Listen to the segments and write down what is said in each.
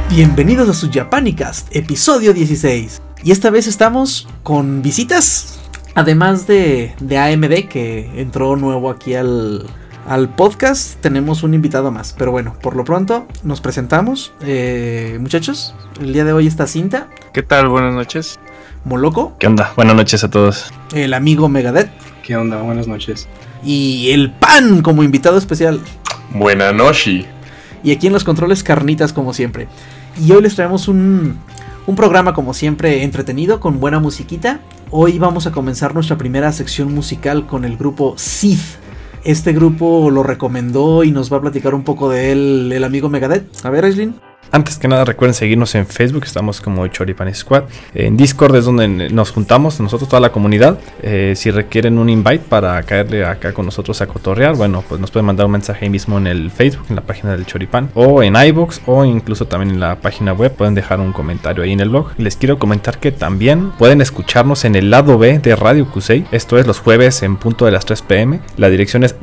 Bienvenidos a su Japanicast, episodio 16. Y esta vez estamos con visitas. Además de AMD, que entró nuevo aquí al podcast, tenemos un invitado más. Pero bueno, por lo pronto nos presentamos. Muchachos, el día de hoy está Cinta. ¿Qué tal? Buenas noches. Moloco. ¿Qué onda? Buenas noches a todos. El amigo Megadeth. ¿Qué onda? Buenas noches. Y el Pan como invitado especial. Buenas noches. Y aquí en los controles, Carnitas como siempre. Y hoy les traemos un programa como siempre entretenido, con buena musiquita. Hoy vamos a comenzar nuestra primera sección musical con el grupo Sith. Este grupo lo recomendó y nos va a platicar un poco de él el amigo Megadeth. A ver, Aislinn. Antes que nada, recuerden seguirnos en Facebook, estamos como Choripan Squad. En Discord es donde nos juntamos, nosotros, toda la comunidad. Si requieren un invite para caerle acá con nosotros a cotorrear, bueno, pues nos pueden mandar un mensaje ahí mismo en el Facebook, en la página del Choripan, o en iVoox, o incluso también en la página web. Pueden dejar un comentario ahí en el blog. Les quiero comentar que también pueden escucharnos en el lado B de Radio Kusei. Esto es los jueves en punto de las 3 p.m. La dirección es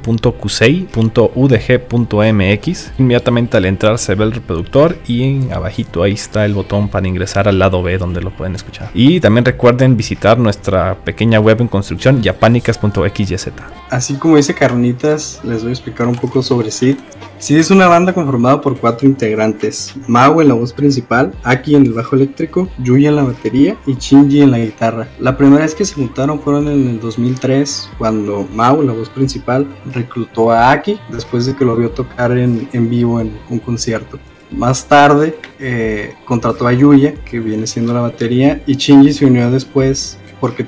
radio.kusei.udg.mx. Inmediatamente al entrar se ve el reproductor y abajito ahí está el botón para ingresar al lado B donde lo pueden escuchar. Y también recuerden visitar nuestra pequeña web en construcción, japanicas.xyz. Así como dice Carnitas, les voy a explicar un poco sobre Sith. Sith es una banda conformada por 4 integrantes: Mao en la voz principal, Aki en el bajo eléctrico, Yuya en la batería y Shinji en la guitarra. La primera vez que se juntaron fueron en el 2003, cuando Mao, la voz principal, reclutó a Aki después de que lo vio tocar en vivo en un concierto. Más tarde contrató a Yuya, que viene siendo la batería, y Shinji se unió después porque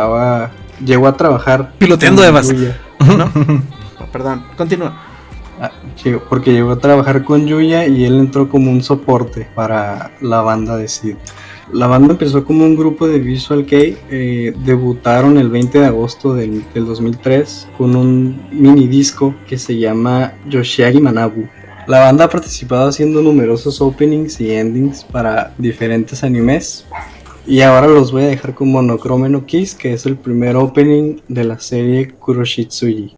llegó a trabajar piloteando Evas. ¿No? Perdón, continúa. Porque llegó a trabajar con Yuya y él entró como un soporte para la banda de Sith. La banda empezó como un grupo de Visual Kei, debutaron el 20 de agosto del 2003 con un mini disco que se llama Yoshiagi Manabu. La banda ha participado haciendo numerosos openings y endings para diferentes animes. Y ahora los voy a dejar con Monochrome no Kiss, que es el primer opening de la serie Kuroshitsuji.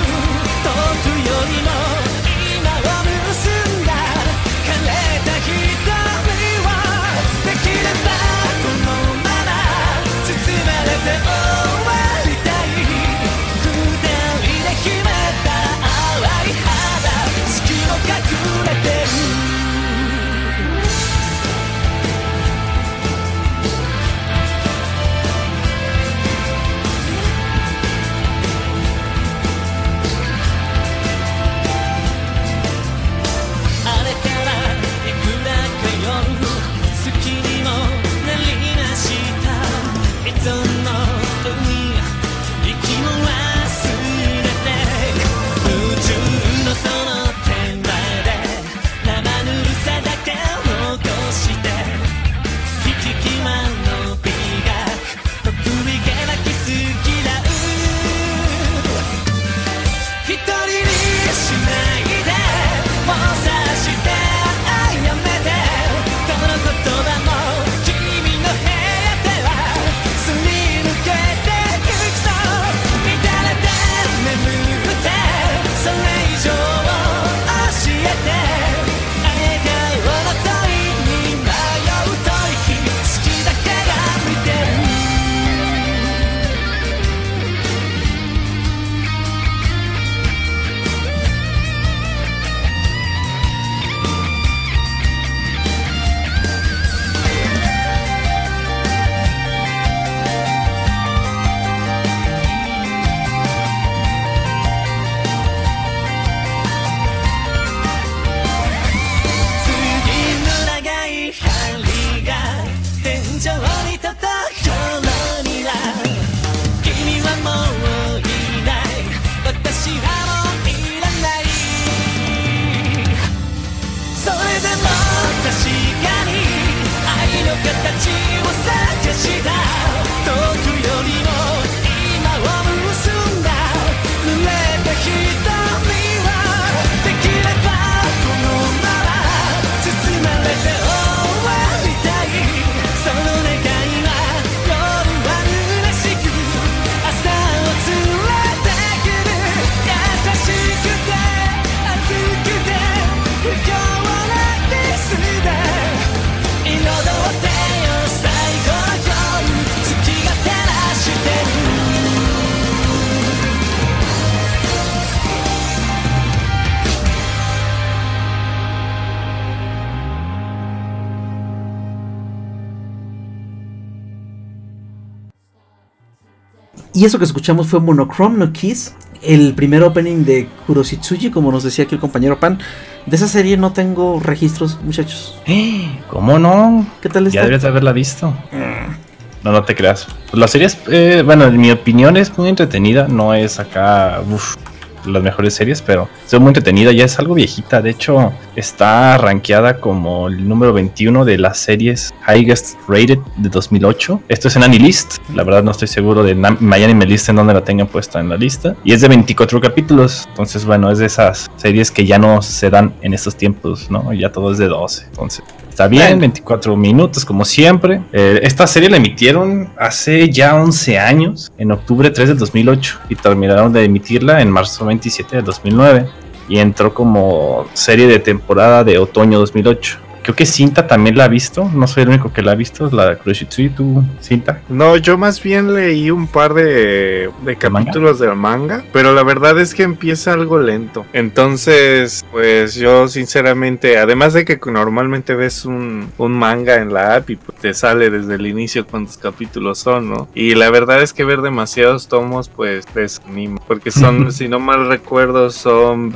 遠くよりも今を結んだ枯れた人情にたった頃には君はもういない私はもういらないそれでも確かに愛の形を探した遠くよりも今を結んだ濡れた瞳はできればこのまま包まれて終わりたいその願いは夜は虚しく朝を連れてくる優しくて熱くて不幸なキスで彩ってよ最後の夜月が照らしてる Y eso que escuchamos fue Monochrome no Kiss, el primer opening de Kuroshitsuji, como nos decía aquí el compañero Pan. De esa serie no tengo registros, muchachos. ¿Cómo no? ¿Qué tal está? Ya deberías haberla visto. No te creas. Pues la serie es, bueno, en mi opinión es muy entretenida. No es acá, las mejores series, pero es muy entretenida. Ya es algo viejita. De hecho, está rankeada como el número 21 de las series Highest Rated de 2008. Esto es en Anilist. La verdad no estoy seguro de MyAnimeList en donde la tengan puesta en la lista. Y es de 24 capítulos. Entonces, bueno, es de esas series que ya no se dan en estos tiempos, ¿no? Ya todo es de 12. Entonces, está bien, 24 minutos como siempre. Esta serie la emitieron hace ya 11 años, en octubre 3 de 2008, y terminaron de emitirla en marzo 27 de 2009, y entró como serie de temporada de otoño 2008. Creo que Cinta también la ha visto, no soy el único que la ha visto, la Kuroshitsuji, ¿tú, Cinta? No, yo más bien leí un par de capítulos del manga, pero la verdad es que empieza algo lento. Entonces, pues yo sinceramente, además de que normalmente ves un manga en la app y pues te sale desde el inicio cuántos capítulos son, ¿no? Y la verdad es que ver demasiados tomos pues desanima, porque son, si no mal recuerdo, son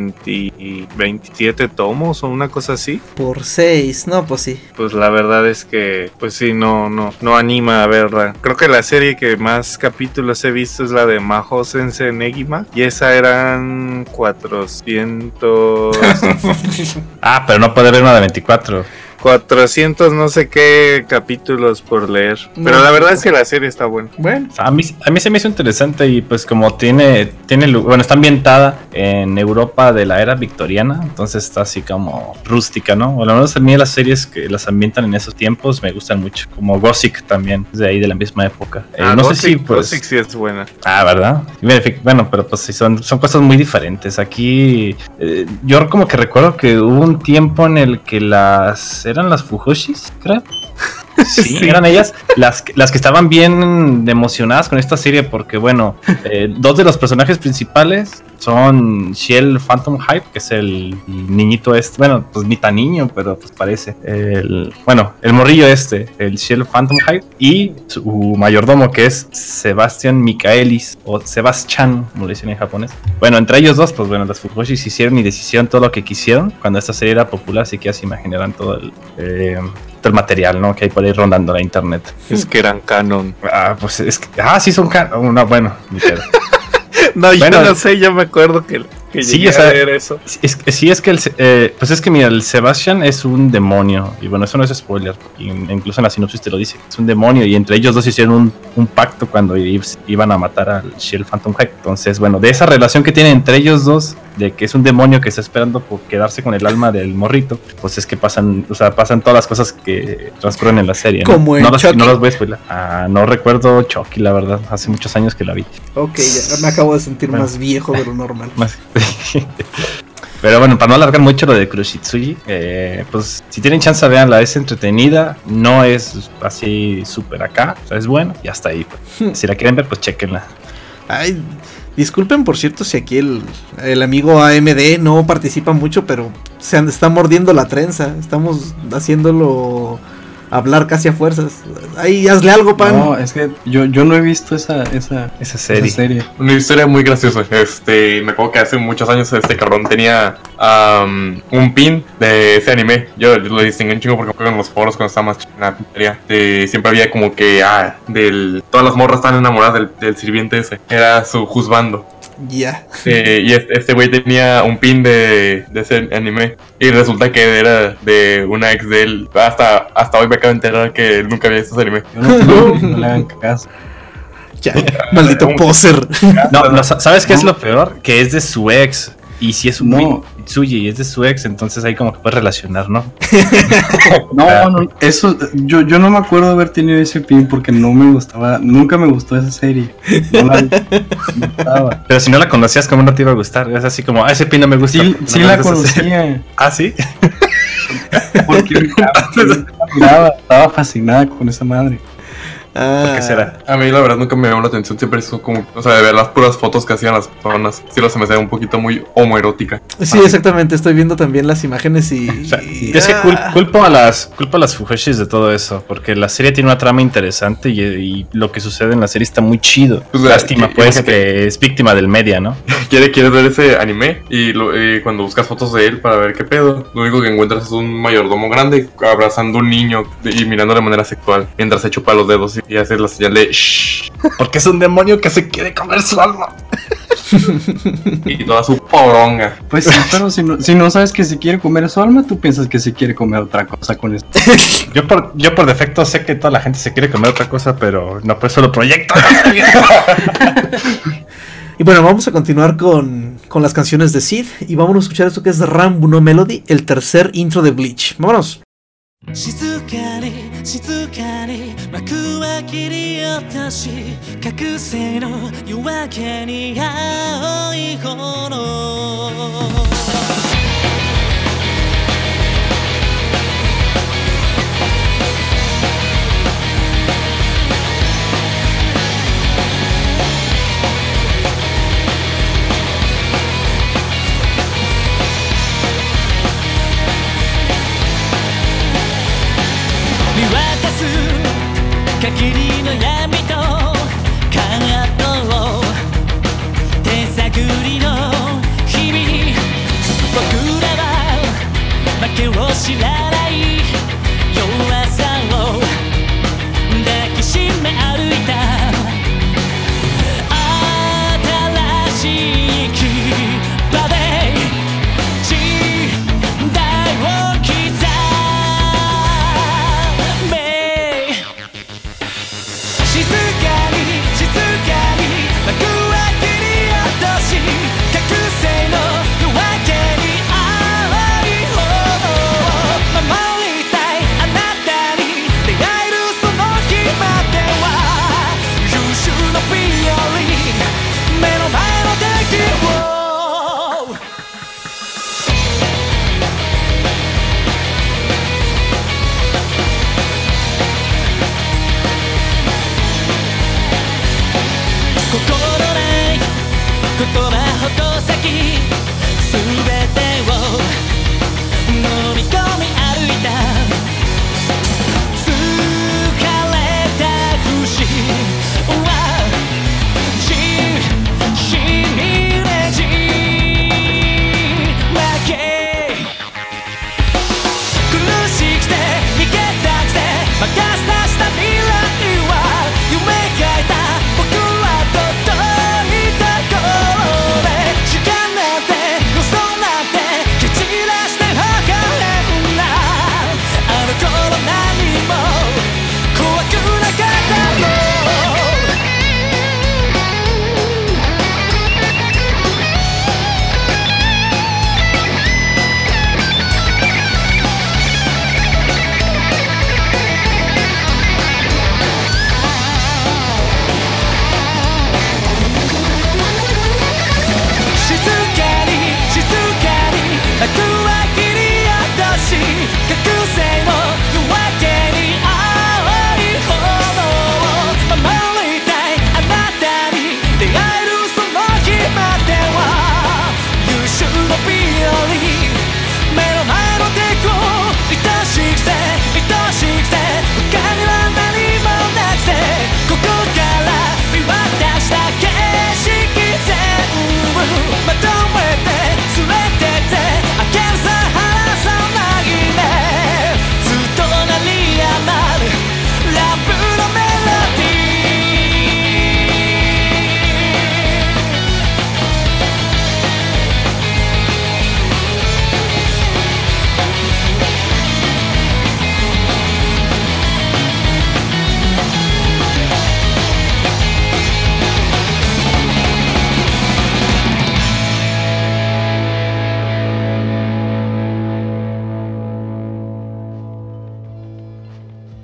27 tomos o una cosa así. Por 6, no, pues sí. Pues la verdad es que, pues sí, no anima a verla. Creo que la serie que más capítulos he visto es la de Mahou Sensei Negima, y esa eran 400... Pero no puede ver una de 24. 400 no sé qué capítulos por leer. Pero la verdad es que la serie está buena. Bueno, A mí se me hizo interesante, y pues como tiene bueno, está ambientada en Europa de la era victoriana, entonces está así como rústica, ¿no? O lo menos a mí las series que las ambientan en esos tiempos me gustan mucho, como Gothic también, es de ahí de la misma época. No Gothic, sé si pues... Gothic sí es buena. ¿Verdad? Bueno, pero pues sí, son cosas muy diferentes. Aquí yo como que recuerdo que hubo un tiempo en el que eran las Fujoshis, creo. Sí, eran ellas las que estaban bien emocionadas con esta serie, porque bueno, dos de los personajes principales son Shell Phantom Hype, que es el niñito bueno, pues ni tan niño, pero pues parece el morrillo el Shell Phantom Hype, y su mayordomo, que es Sebastian Michaelis, o Sebastian, como le dicen en japonés. Bueno, entre ellos dos, pues bueno, las Fujoshis hicieron y deshicieron todo lo que quisieron cuando esta serie era popular, así que ya se imaginarán todo el material, ¿no? Que hay por ahí rondando la internet. Es que eran canon. Pues es que... sí son canon. No, bueno, ni pedo. No, yo no sé, yo me acuerdo que sí, llegué a ver eso. Es que mira, el Sebastian es un demonio, y bueno, eso no es spoiler, incluso en la sinopsis te lo dice, es un demonio, y entre ellos dos hicieron un pacto cuando iban a matar al Shell Phantom Hype. Entonces, bueno, de esa relación que tienen entre ellos dos, de que es un demonio que está esperando por quedarse con el alma del morrito, pues es que pasan todas las cosas que transcurren en la serie, ¿no? Como en Chucky. No las voy a spoiler. No recuerdo Chucky, la verdad, hace muchos años que la vi. Ok, ya me acabo de sentir más viejo de lo normal. Pero bueno, para no alargar mucho lo de Kuroshitsuji, pues si tienen chance veanla, es entretenida, no es así súper acá, o sea, es bueno y hasta ahí. Pues. Si la quieren ver, pues chequenla. Ay, disculpen por cierto si aquí el amigo AMD no participa mucho, pero se está mordiendo la trenza. Estamos haciéndolo hablar casi a fuerzas. Ahí, hazle algo, pan. No, es que yo no he visto esa serie. Una historia muy graciosa. Me acuerdo que hace muchos años este cabrón tenía un pin de ese anime. Yo lo distinguí un chingo porque en los foros cuando estaba más chico en la puntería, siempre había como que todas las morras estaban enamoradas del sirviente ese. Era su juzgando. Ya. Y este güey tenía un pin de ese anime. Y resulta que era de una ex de él. Hasta hoy me acabo de enterar que él nunca había visto ese anime. No le hagan caso. Ya, maldito poser. No, ¿sabes qué es lo peor? Que es de su ex. Y si es un No. suyo y es de su ex, entonces ahí como que puedes relacionar, ¿no? No, eso, yo no me acuerdo de haber tenido ese pin porque no me gustaba, nunca me gustó esa serie. No la me gustaba. Pero si no la conocías, ¿cómo no te iba a gustar? Es así como, ese pin no me gusta. Sí no la me gusta esa serie. conocía. ¿Ah, sí? Porque estaba fascinada con esa madre. ¿Por qué será? A mí la verdad nunca me llamó la atención, siempre es como, o sea, de ver las puras fotos que hacían las personas, sí se me hacía un poquito muy homoerótica. Sí, exactamente, estoy viendo también las imágenes y... O sea, es que culpo a las fujoshis de todo eso, porque la serie tiene una trama interesante y lo que sucede en la serie está muy chido. O sea, Lástima pues que es víctima del media, ¿no? Quieres ver ese anime y cuando buscas fotos de él para ver qué pedo, lo único que encuentras es un mayordomo grande abrazando a un niño y mirándolo de manera sexual mientras se chupa los dedos y hace la señal de shh. Porque es un demonio que se quiere comer su alma. Y toda su poronga. Pues sí, pero si no sabes que se quiere comer su alma, tú piensas que se quiere comer otra cosa con esto. Yo por defecto sé que toda la gente se quiere comer otra cosa, pero no, pues solo proyecto. Y bueno, vamos a continuar con las canciones de Sid y vamos a escuchar esto que es Rambo no Melody, el tercer intro de Bleach. Vámonos. 静かに静かに幕は切り落とし覚醒の夜明けに青い炎見渡す限りの闇と葛藤手探りの日々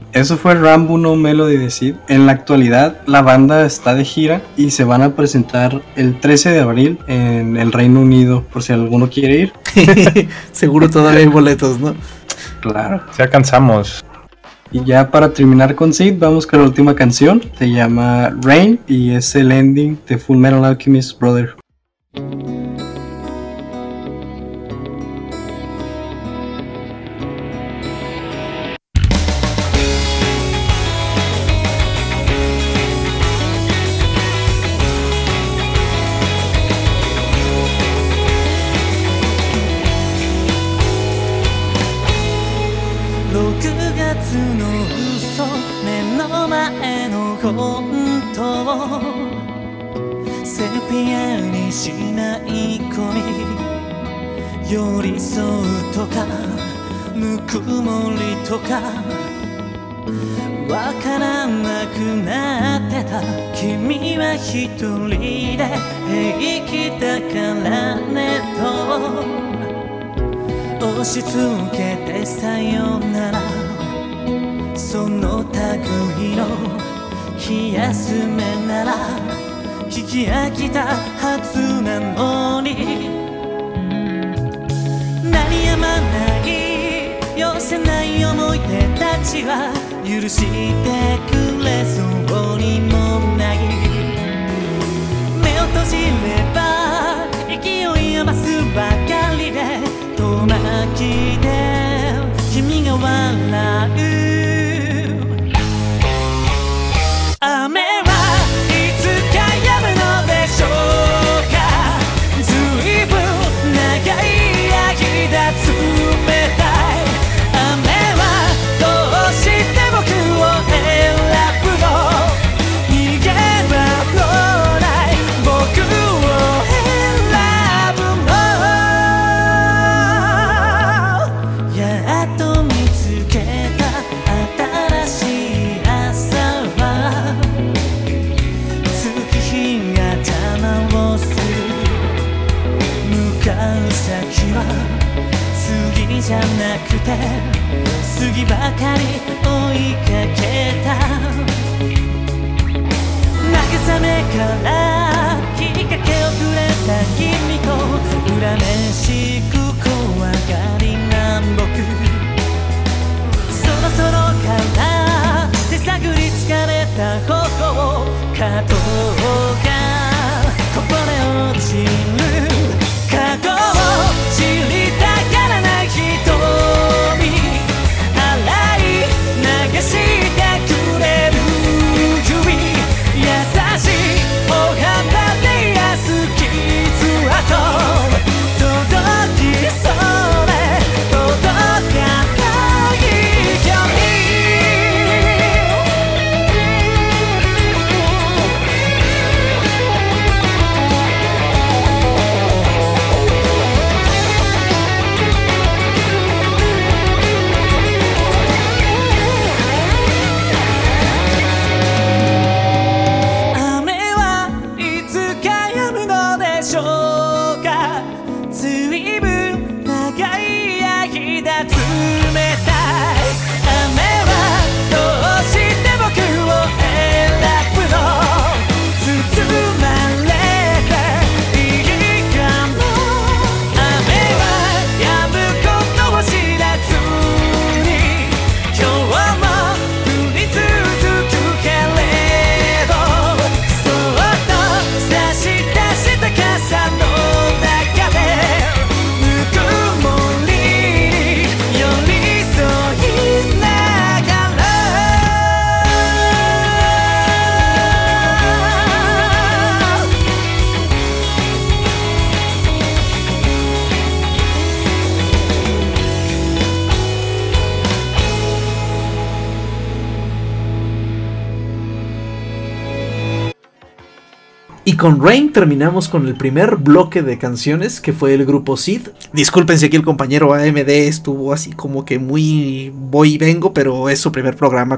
Eso fue Rambo No Melody de Sid. En la actualidad, la banda está de gira y se van a presentar el 13 de abril en el Reino Unido, por si alguno quiere ir. Seguro todavía hay boletos, ¿no? Claro. Ya alcanzamos. Y ya para terminar con Sid, vamos con la última canción. Se llama Rain y es el ending de Full Metal Alchemist Brotherhood. 6月の嘘目の前の本当セピアにしない込み寄り添うとかぬくもりとかわからなくなってた君は一人で平気だからねと押し付けてさよならその類の気休めなら聞き飽きたはずなのに鳴りやまない寄せない思い出たちは許してくれそうにもない目を閉じれば勢い余すばかりで遠巻きで君が笑う雨はいつか止むのでしょうかずいぶん長い間冷たい雨はどうして僕を選ぶの逃げ場のない僕を選ぶのやっと見つけた新しい朝は月日が邪魔をする向かう先は次じゃなくて次ばかり追いかけた慰めからきっかけをくれた君と恨めしく怖がりな僕そろそろから手探り疲れた頬を加藤がこぼれ落ちる過去を知りたがらない瞳洗い流してくれる指優しいお花で安き傷跡届きそうで届かない距離雨はいつか止むのでしょうかずいぶん長い間冷たい雨はどうして僕を選ぶの包まれていいかも雨は止むことを知らずに今日も降り続くけれどそっと差し出した傘の中でぬくもりに寄り添いながら Y con Rain terminamos con el primer bloque de canciones que fue el grupo Sid. Disculpen si aquí el compañero AMD estuvo así como que muy voy y vengo, pero es su primer programa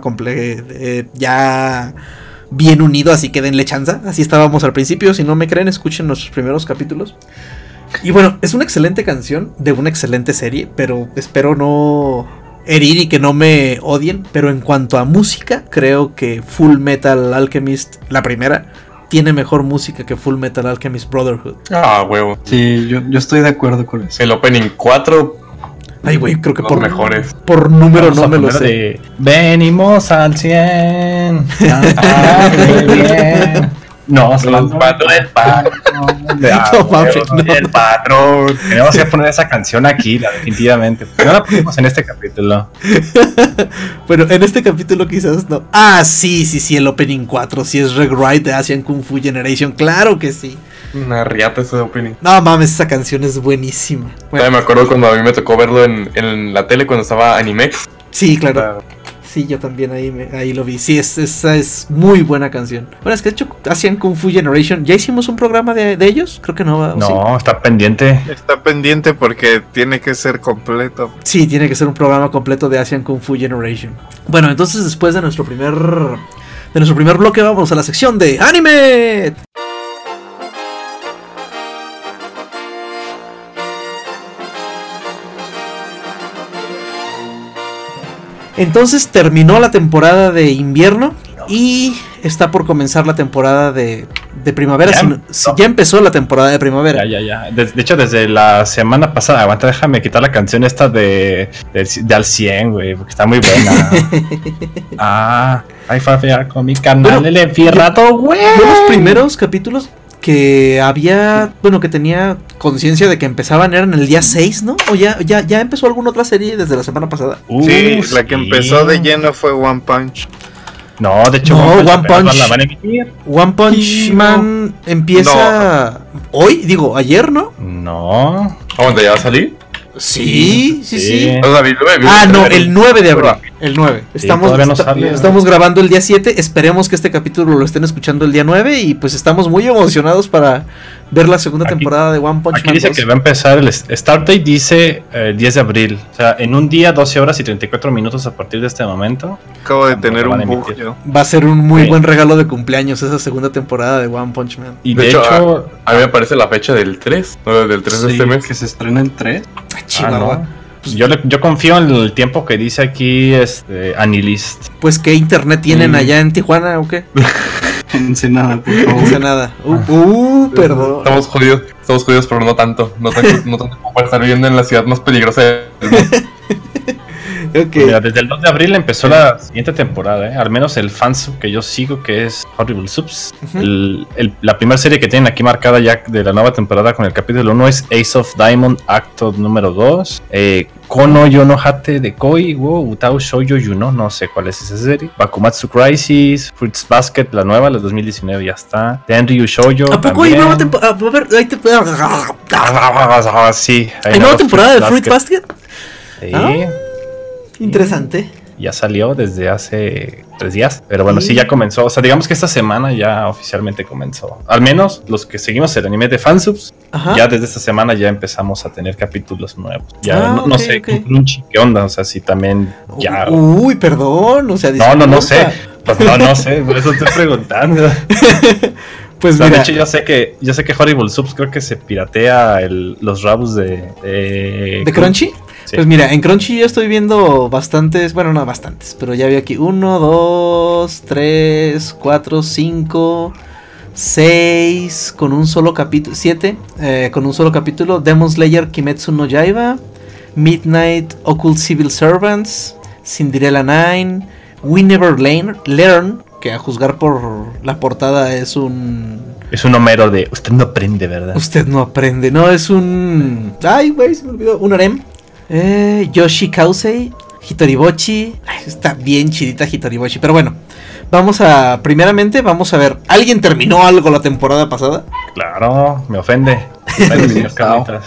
ya bien unido, así que denle chanza. Así estábamos al principio, si no me creen escuchen nuestros primeros capítulos. Y bueno, es una excelente canción de una excelente serie, pero espero no herir y que no me odien, pero en cuanto a música, creo que Full Metal Alchemist, la primera, tiene mejor música que Full Metal Alchemist Brotherhood. Ah, huevo. Sí, yo estoy de acuerdo con eso. El Opening 4, Ay, güey, creo que los mejores. por número Vamos no a me lo poner sé. de, venimos al 100. Muy bien. No, Los patos del No mames, no. El patrón. Tenemos que poner esa canción aquí, definitivamente. Porque no la pusimos en este capítulo. Bueno, en este capítulo quizás no. Ah, sí, el Opening 4, sí es Rewrite de Asian Kung Fu Generation, claro que sí. Una riata ese Opening. No mames, esa canción es buenísima. Bueno, Todavía me acuerdo cuando a mí me tocó verlo en la tele cuando estaba Animex. sí, claro. Sí, yo también ahí lo vi. Sí, esa es muy buena canción. Bueno, es que de hecho Asian Kung Fu Generation, ¿ya hicimos un programa de ellos? Creo que no. ¿o No, sí? está pendiente. Está pendiente porque tiene que ser completo. Sí, tiene que ser un programa completo de Asian Kung Fu Generation. Bueno, entonces después de nuestro primer bloque vamos a la sección de anime. Entonces terminó la temporada de invierno y está por comenzar la temporada de primavera. Ya empezó la temporada de primavera. Ya. De hecho, desde la semana pasada, aguanta, déjame quitar la canción esta de Al 100, güey, porque está muy buena. Ay, fue con mi canal, Bueno, el enfierrado, güey. Yo los primeros capítulos que había, bueno, que tenía conciencia de que empezaban eran el día 6, ¿no? O ya empezó alguna otra serie desde la semana pasada. Sí, la que empezó de lleno fue One Punch. No, de hecho, No, One apenas Punch. la van a emitir. One Punch Man empieza hoy, digo, ayer, ¿no? No. ¿Dónde ya va a salir? Sí. O sea, No, el 9 de abril. El 9. todavía no sale. Estamos grabando el día 7. Esperemos que este capítulo lo estén escuchando el día 9. Y pues estamos muy emocionados para ver la segunda temporada de One Punch Aquí Man dice 2. que va a empezar el start date, dice 10 de abril. O sea, en un día, 12 horas y 34 minutos a partir de este momento. Acabo de tener van un a bug emitir. yo. Va a ser un muy Sí. buen regalo de cumpleaños esa segunda temporada de One Punch Man. Y De hecho, a mí me aparece la fecha del 3, ¿no? Del 3 de Sí, este mes. que se estrena el 3. Chihuahua. no. Yo confío en el tiempo que dice aquí Anilist. Pues qué internet tienen allá en Tijuana o qué. Ensenada, por No favor. sé nada. Perdón. Estamos jodidos, pero no tanto. No tanto como para estar viviendo en la ciudad más peligrosa del mundo. Ok. Mira, desde el 2 de abril empezó la siguiente temporada, al menos el fansub que yo sigo, que es Horrible Subs. Ujú. La primera serie que tienen aquí marcada ya de la nueva temporada con el capítulo 1 es Ace of Diamond, acto número 2. Kono Yonohate de Koi, Utao Shoujo Yuno, no sé cuál es esa serie. Bakumatsu Crisis, Fruits Basket, la nueva, la 2019 ya está. Tenryu Shoujo. ¿A poco hay nueva temporada? A ver, ahí Sí, ¿Hay nueva temporada de Fruit Basket. Basket? Sí. Ah. Interesante. Ya salió desde hace 3 días. Pero bueno, sí, ya comenzó. O sea, digamos que esta semana ya oficialmente comenzó. Al menos los que seguimos el anime de fansubs, Ajá. ya desde esta semana ya empezamos a tener capítulos nuevos. Ya no ok, sé, ok. Crunchy, ¿qué onda? O sea, si también ya... Uy, perdón. O sea, no sé. disculpa. Pues no sé, por eso estoy preguntando. Pues O sea, de mira. hecho, yo sé que Horrible Subs creo que se piratea los rabos de ¿De Crunchy? Sí. Pues mira, en Crunchy yo estoy viendo bastantes, bueno, no bastantes, pero ya vi aquí 1, 2, 3, 4, 5, 6, con un solo capítulo, 7, con un solo capítulo, Demon Slayer Kimetsu no Yaiba, Midnight Occult Civil Servants, Cinderella 9, We Never Learn, que a juzgar por la portada es un... Es un Homero de... Usted no aprende, ¿verdad? Usted no aprende, no, es un... Ay, güey, se me olvidó, un harem. Yoshi Kausei, Hitoribochi. Ay, está bien chidita Hitoribochi. Pero bueno, primeramente vamos a ver. ¿Alguien terminó algo la temporada pasada? Claro, me ofende. Señor Carlitos.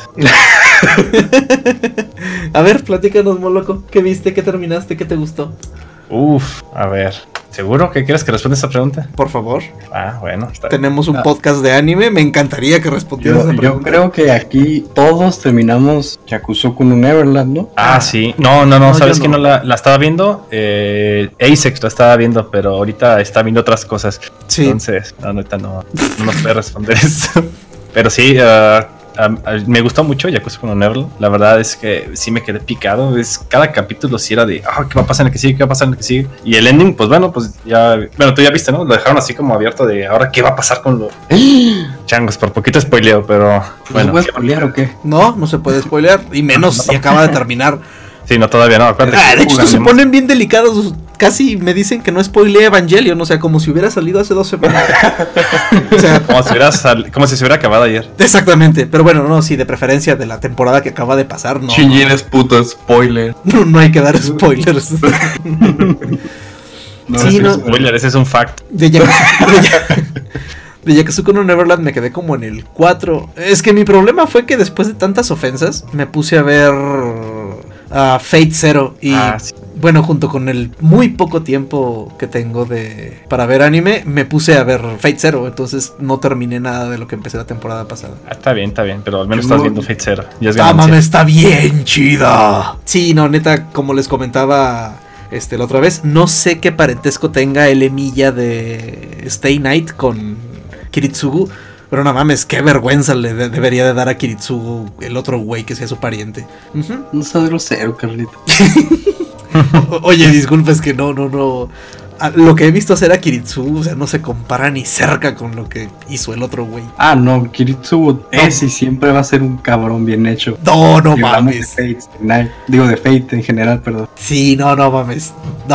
A ver, platícanos, Moloco. ¿Qué viste? ¿Qué terminaste? ¿Qué te gustó? A ver. ¿Seguro que quieres que responda esa pregunta? Por favor. Bueno, está bien. Tenemos un podcast de anime. Me encantaría que respondieras esa Yo pregunta. creo que aquí todos terminamos Yakusoku no Neverland, ¿no? Sí. No, ¿sabes yo quién no. no la estaba viendo? Asex la estaba viendo, pero ahorita está viendo otras cosas. Sí. Entonces, ahorita no nos puede responder eso. Pero sí, me gustó mucho Yakuza con Neverland. La verdad es que sí me quedé picado. Cada capítulo sí era de, ¿qué va a pasar en el que sigue? ¿Qué va a pasar en el que sigue? Y el ending, pues bueno, pues ya, bueno, tú ya viste, ¿no? Lo dejaron así como abierto de, ahora qué va a pasar con los changos. Por poquito spoileo, pero bueno. ¿No puedes spoilear o qué? No se puede spoilear, y menos si acaba de terminar. Sí, no, todavía no. De hecho, se ponen bien delicados. Casi me dicen que no spoileé Evangelion, o sea, como si hubiera salido hace 2 semanas. O sea, como si se hubiera acabado ayer. Exactamente, pero bueno, no, sí, de preferencia de la temporada que acaba de pasar, no. Shinji es puto spoiler. No hay que dar spoilers. No, sí, sí, no. Spoiler, ese es un fact. De Yakuza no Neverland me quedé como en el 4. Es que mi problema fue que después de tantas ofensas me puse a ver Fate Zero y Sí. bueno, junto con el muy poco tiempo que tengo para ver anime, me puse a ver Fate Zero, entonces no terminé nada de lo que empecé la temporada pasada. Está bien, pero al menos estás viendo Fate Zero. Ya es ¡Ah, ganancia. mames, está bien chida! Sí, no, neta, como les comentaba la otra vez, no sé qué parentesco tenga el Emilia de Stay Night con Kiritsugu, pero no mames, qué vergüenza le debería de dar a Kiritsugu el otro güey que sea su pariente. Ujú. No seas grosero, Carlito. Oye, disculpa, es que no. Lo que he visto hacer a Kiritsugu, o sea, no se compara ni cerca con lo que hizo el otro güey. No, Kiritsugu es y siempre va a ser un cabrón bien hecho. No Y hablamos mames. de Fate, de Fate en general, perdón. Sí, no mames.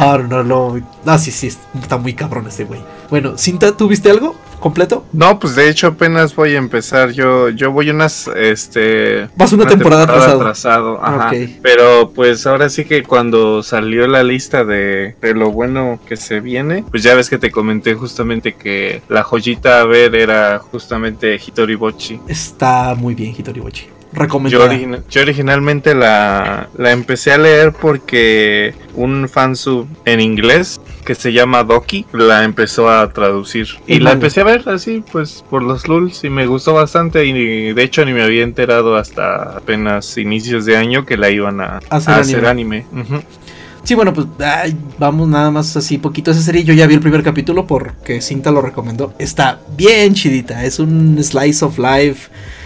No, sí, está muy cabrón ese güey. Bueno, Cinta, ¿tú viste algo completo? No, pues de hecho apenas voy a empezar. Yo voy Vas una temporada atrasado. Ajá. Ok. Pero pues ahora sí que cuando salió la lista de lo bueno que se viene, pues ya ves que te comenté justamente que la joyita a ver era justamente Hitoribochi. Está muy bien, Hitoribochi. Recomendada. Yo originalmente la empecé a leer porque un fansub en inglés que se llama Doki la empezó a traducir y la empecé a ver así pues por los lulz y me gustó bastante y de hecho ni me había enterado hasta apenas inicios de año que la iban a hacer anime. Uh-huh. Sí, bueno, pues vamos nada más así poquito a esa serie. Yo ya vi el primer capítulo porque Cinta lo recomendó. Está bien chidita, es un slice of life.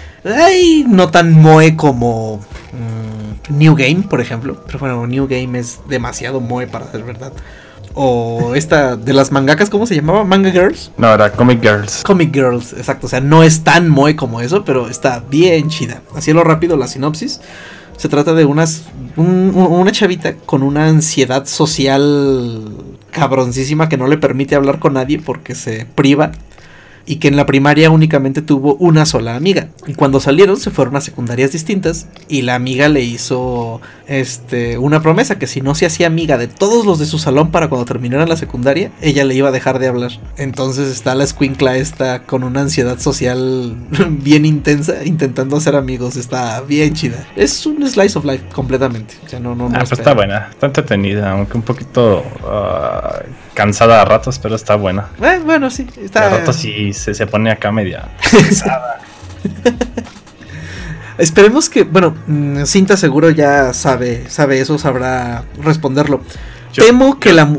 No tan moe como New Game, por ejemplo. Pero bueno, New Game es demasiado moe para ser verdad. O esta de las mangakas, ¿cómo se llamaba? ¿Manga Girls? No, era Comic Girls. Comic Girls, exacto. O sea, no es tan moe como eso, pero está bien chida. Así a lo rápido la sinopsis. Se trata de una chavita con una ansiedad social cabroncísima que no le permite hablar con nadie porque se priva. Y que en la primaria únicamente tuvo una sola amiga. Y cuando salieron se fueron a secundarias distintas. Y la amiga le hizo una promesa. Que si no se hacía amiga de todos los de su salón para cuando terminaran la secundaria, ella le iba a dejar de hablar. Entonces está la escuincla esta con una ansiedad social bien intensa, intentando hacer amigos. Está bien chida. Es un slice of life completamente. O sea, no pues está buena, está entretenida. Aunque un poquito cansada a ratos, pero está buena. Bueno, sí. Está... A ratos sí se pone acá media cansada. Esperemos que, bueno, Cinta seguro ya sabe eso, sabrá responderlo. Temo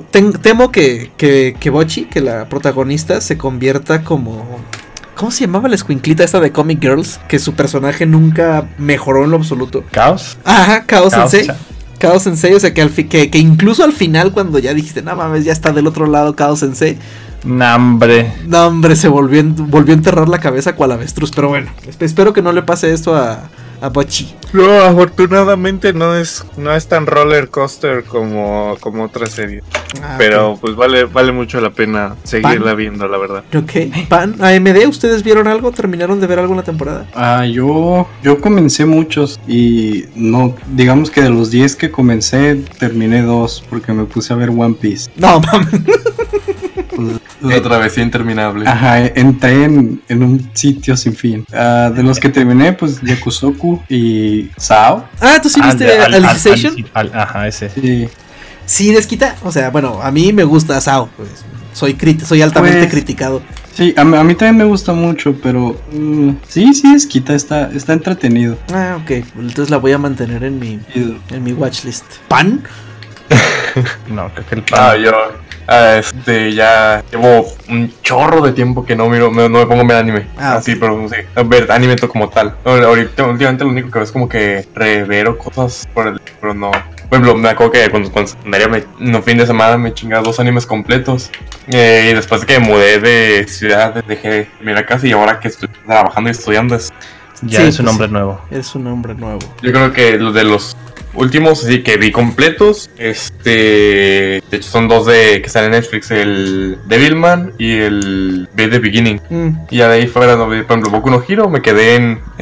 que Bochi, que la protagonista, se convierta como... ¿Cómo se llamaba la escuinclita esta de Comic Girls? Que su personaje nunca mejoró en lo absoluto. ¿Caos? Ajá, Chaos Sensei. Chaos Sensei, o sea que incluso al final cuando ya dijiste, no mames, ya está del otro lado Chaos Sensei. No, hombre, Se volvió a enterrar la cabeza cual avestruz. Pero bueno, espero que no le pase esto a Bochi. No, afortunadamente no es tan roller coaster como otra serie. Pero ok. pues vale mucho la pena seguirla viendo, la verdad. Ok, Pan, AMD, ¿ustedes vieron algo? ¿Terminaron de ver algo en la temporada? Yo comencé muchos y no, digamos que de los 10 que comencé, terminé 2 porque me puse a ver One Piece. No, mames. La travesía interminable. Ajá, entré en un sitio sin fin. De los que terminé, pues Yakusoku y Sao. ¿Tú sí viste Alicization? Ajá, ese. Sí. Sí, desquita. O sea, bueno, a mí me gusta Sao. Pues, soy altamente Pues, criticado. Sí, a mí también me gusta mucho, pero sí, desquita, está entretenido. Ok, entonces la voy a mantener en mi watchlist. ¿Pan? No, creo que el pan. Ya llevo un chorro de tiempo que no me pongo a ver anime. Así, pero sí, ver anime como tal. Ahorita, últimamente lo único que veo es como que revero cosas pero no. Por ejemplo, me acuerdo que cuando secundaria un fin de semana me chingaba 2 animes completos. Y después de que me mudé de ciudad, dejé de mirar casa y ahora que estoy trabajando y estudiando ya es un hombre nuevo. Es un hombre nuevo. Yo creo que los de los últimos así que vi completos, de hecho son 2 que están en Netflix, el Devilman y el Be The Beginning. Y ya de ahí fuera, por ejemplo, Boku no Hero, me quedé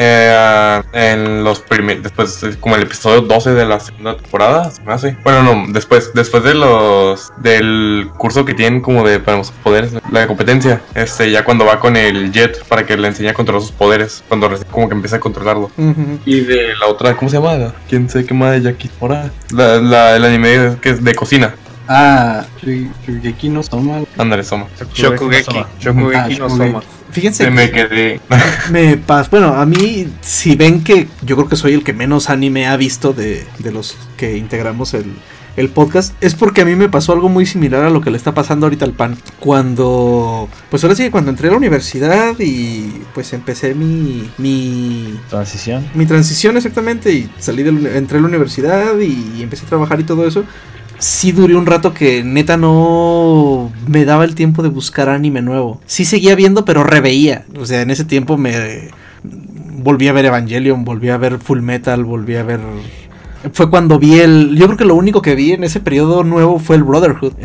en los primeros, después como el episodio 12 de la segunda temporada, se me hace. Bueno, no, después de del curso que tienen como para los poderes, la competencia, ya cuando va con el Jet para que le enseñe a controlar sus poderes, cuando recién como que empieza a controlarlo. Y de la otra, ¿cómo se llama? ¿Quién se quema de Jackie ahora? El anime que es de cocina. Shokugeki no Soma. Ándale, Soma. Shokugeki no Soma. Fíjense, me quedé. Bueno, a mí, si ven que yo creo que soy el que menos anime ha visto de los que integramos el podcast, es porque a mí me pasó algo muy similar a lo que le está pasando ahorita al Pan. Pues ahora sí, cuando entré a la universidad y pues empecé mi transición. Mi transición, exactamente, y entré a la universidad y empecé a trabajar y todo eso. Sí duré un rato que neta no me daba el tiempo de buscar anime nuevo. Sí seguía viendo, pero reveía. O sea, en ese tiempo me volví a ver Evangelion, volví a ver Full Metal, volví a ver... Fue cuando vi yo creo que lo único que vi en ese periodo nuevo fue el Brotherhood.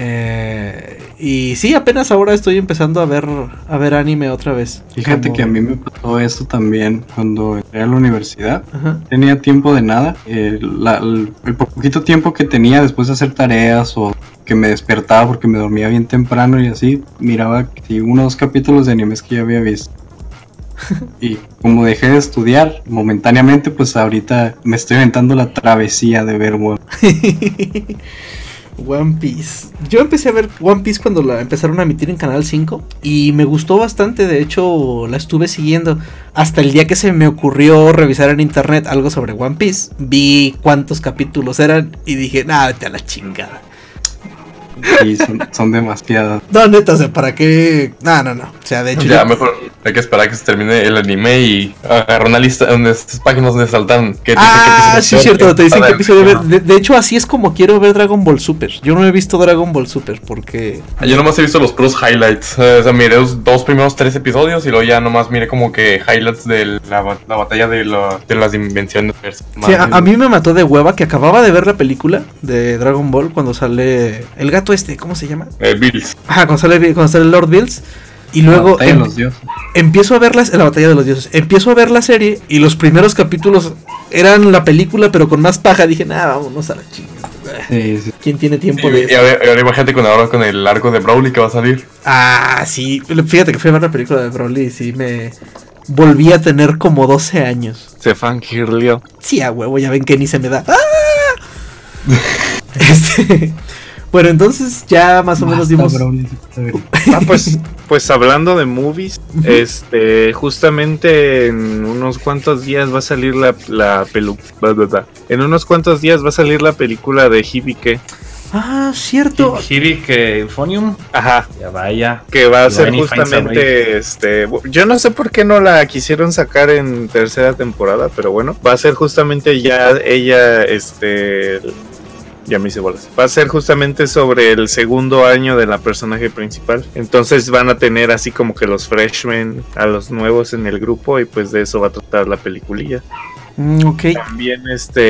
Y sí, apenas ahora estoy empezando a ver anime otra vez. Fíjate que a mí me pasó esto también cuando entré a la universidad. Ajá. Tenía tiempo de nada. El poquito tiempo que tenía después de hacer tareas o que me despertaba porque me dormía bien temprano y así, miraba uno o 2 capítulos de animes que ya había visto. Y como dejé de estudiar momentáneamente, pues ahorita me estoy aventando la travesía de ver One Piece. Yo empecé a ver One Piece cuando la empezaron a emitir en Canal 5 y me gustó bastante. De hecho, la estuve siguiendo hasta el día que se me ocurrió revisar en internet algo sobre One Piece. Vi cuántos capítulos eran y dije, vete a la chingada. Sí, son demasiadas. No, neta, o sea, ¿para qué? No. O sea, de hecho... Ya, mejor hay que esperar a que se termine el anime y agarrar una lista donde estas páginas donde saltan. Sí, es cierto, te dicen qué episodio ver. De hecho, así es como quiero ver Dragon Ball Super. Yo no he visto Dragon Ball Super porque... Yo nomás he visto los puros highlights. O sea, miré los 2 primeros 3 episodios y luego ya nomás miré como que highlights de la batalla de las invenciones. Sí, a mí me mató de hueva que acababa de ver la película de Dragon Ball cuando sale el gato ¿cómo se llama? Bills. Ajá, cuando sale Lord Bills. Y luego la batalla de los dioses. Empiezo a ver la batalla de los dioses. Empiezo a ver la serie y los primeros capítulos eran la película pero con más paja. Dije, vámonos a la chingada. Sí. ¿Quién tiene tiempo de eso? Y ahora imagínate con el arco de Broly que va a salir. Sí. Fíjate que fui a ver la película de Broly y sí me volví a tener como 12 años. Se fangirlió. Sí, a huevo, ya ven que ni se me da. Bueno, entonces ya más o menos dimos... Pues hablando de movies, justamente en unos cuantos días va a salir en unos cuantos días va a salir la película de Hibike. Cierto. Hibike Euphonium. Ajá. Ya vaya. Que va a ser justamente yo no sé por qué no la quisieron sacar en tercera temporada, pero bueno, va a ser justamente ya ella ya me hice bolas. Va a ser justamente sobre el segundo año de la personaje principal. Entonces van a tener así como que los freshmen, a los nuevos en el grupo, y pues de eso va a tratar la peliculilla. Ok. También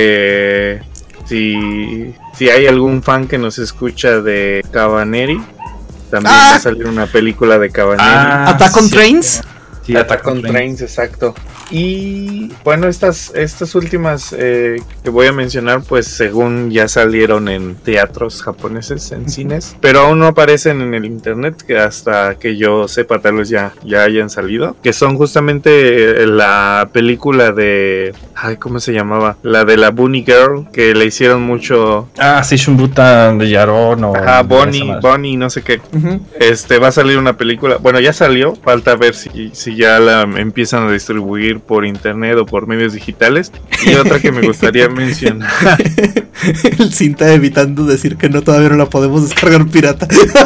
si hay algún fan que nos escucha de Cabaneri, también va a salir una película de Cabaneri. ¿Attack on Trains? Sí, Attack on Trains, exacto. Y bueno, estas últimas que voy a mencionar, pues según ya salieron en teatros japoneses, en cines, pero aún no aparecen en el internet, que hasta que yo sepa tal vez ya hayan salido, que son justamente la película de... ¿cómo se llamaba? La de la Bunny Girl, que le hicieron mucho... Seishunbutan de Yaron o... Bonnie, no sé qué. Va a salir una película, bueno, ya salió, falta ver si ya la empiezan a distribuir conseguir por internet o por medios digitales. Y otra que me gustaría mencionar. El Cinta evitando decir que no, todavía no la podemos descargar pirata.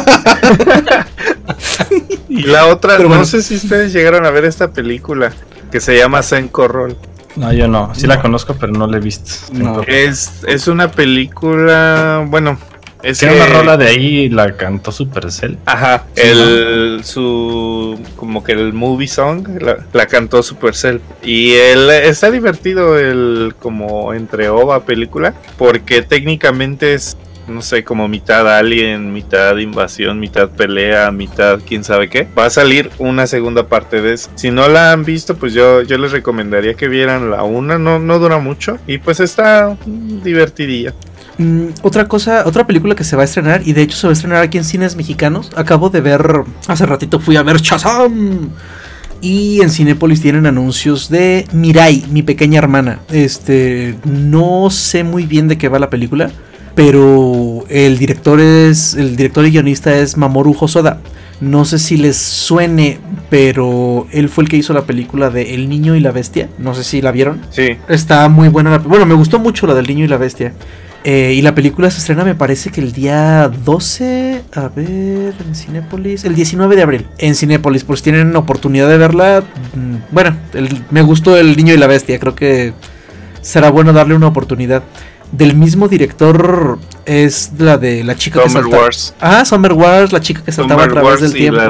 Y la otra, Pero no bueno. sé si ustedes llegaron a ver esta película que se llama Senko Roll. No, yo no. Sí la conozco, pero no la he visto. No. Es una película, bueno, es Tiene que- una rola de ahí, la cantó Supercell. Ajá, como que el movie song la cantó Supercell. Y está divertido como entre ova película, porque técnicamente es, no sé, como mitad alien, mitad invasión, mitad pelea, mitad quién sabe qué. Va a salir una segunda parte de eso. Si no la han visto, pues yo les recomendaría que vieran la una, no dura mucho. Y pues está divertidilla. Otra película que se va a estrenar, y de hecho se va a estrenar aquí en cines mexicanos. Acabo de ver, hace ratito fui a ver Shazam. Y en Cinépolis tienen anuncios de Mirai, mi pequeña hermana. No sé muy bien de qué va la película, pero el director y guionista es Mamoru Hosoda. No sé si les suene, pero él fue el que hizo la película de El Niño y la Bestia. No sé si la vieron. Sí. Está muy buena. Bueno, me gustó mucho la del Niño y la Bestia. Y la película se estrena, me parece que el día 12, a ver, en Cinépolis, el 19 de abril, en Cinépolis, por si tienen oportunidad de verla. Bueno, me gustó El Niño y la Bestia, creo que será bueno darle una oportunidad. Del mismo director es la de la chica que Summer saltaba. Wars. Ah, Summer Wars, la chica que saltaba a Summer través Wars del y tiempo.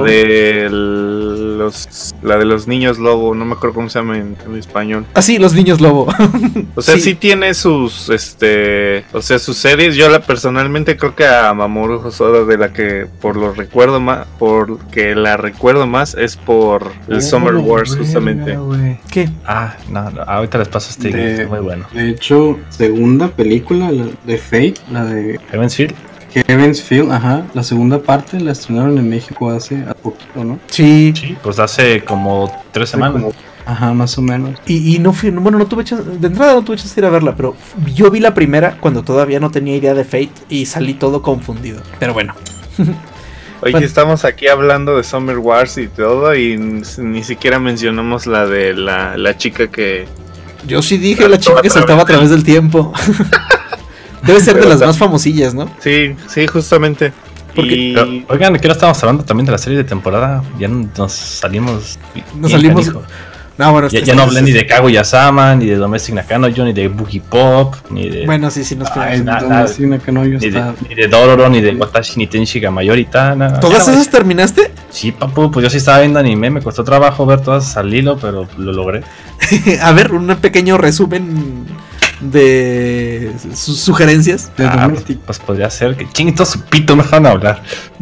la de los niños lobo, no me acuerdo cómo se llama en español. Ah, sí, Los Niños Lobo. O sea, sí tiene sus sus series. Yo personalmente creo que a Mamoru Hosoda, de la que porque la recuerdo más es por el Summer Wars, justamente. ¿Qué? Ah, no, ahorita les paso De- muy bueno. De hecho, segunda película, la de Fate, la de Heaven's Feel. Heaven's Feel, ajá, la segunda parte la estrenaron en México hace poquito, ¿no? Sí. Sí, pues hace como 3 semanas. Como- ajá, más o menos. Y no fui, bueno, no tuve chance, de entrada no tuve chance de ir a verla, pero yo vi la primera cuando todavía no tenía idea de Fate y salí todo confundido. Pero bueno. Oye, Bueno. estamos aquí hablando de Summer Wars y todo, y ni siquiera mencionamos la de la chica que... Yo sí dije la chica que saltaba a través del tiempo. Debe ser de las más famosillas, ¿no? Sí, justamente. Porque- Y... Pero, oigan, ¿qué no estábamos hablando también de la serie de temporada? Ya nos salimos. Nos bien salimos. canijo. No, bueno, Ya no hablé ni de Kaguya-sama, ni de Domestic Nakano-yo, ni de Boogie Pop, ni de. Bueno, sí, nos Ay, quedamos. nada. donde sí, no, yo Ni está. de Dororo, ni de Watashi, ni Tenshi ga Mayorita, nada. ¿Todas esas terminaste? Sí, papu, pues yo sí estaba viendo anime, me costó trabajo ver todas al hilo, pero lo logré. A ver, un pequeño resumen de sus sugerencias. De Domestic. Pues podría ser que chinguito su pito, me dejaron hablar.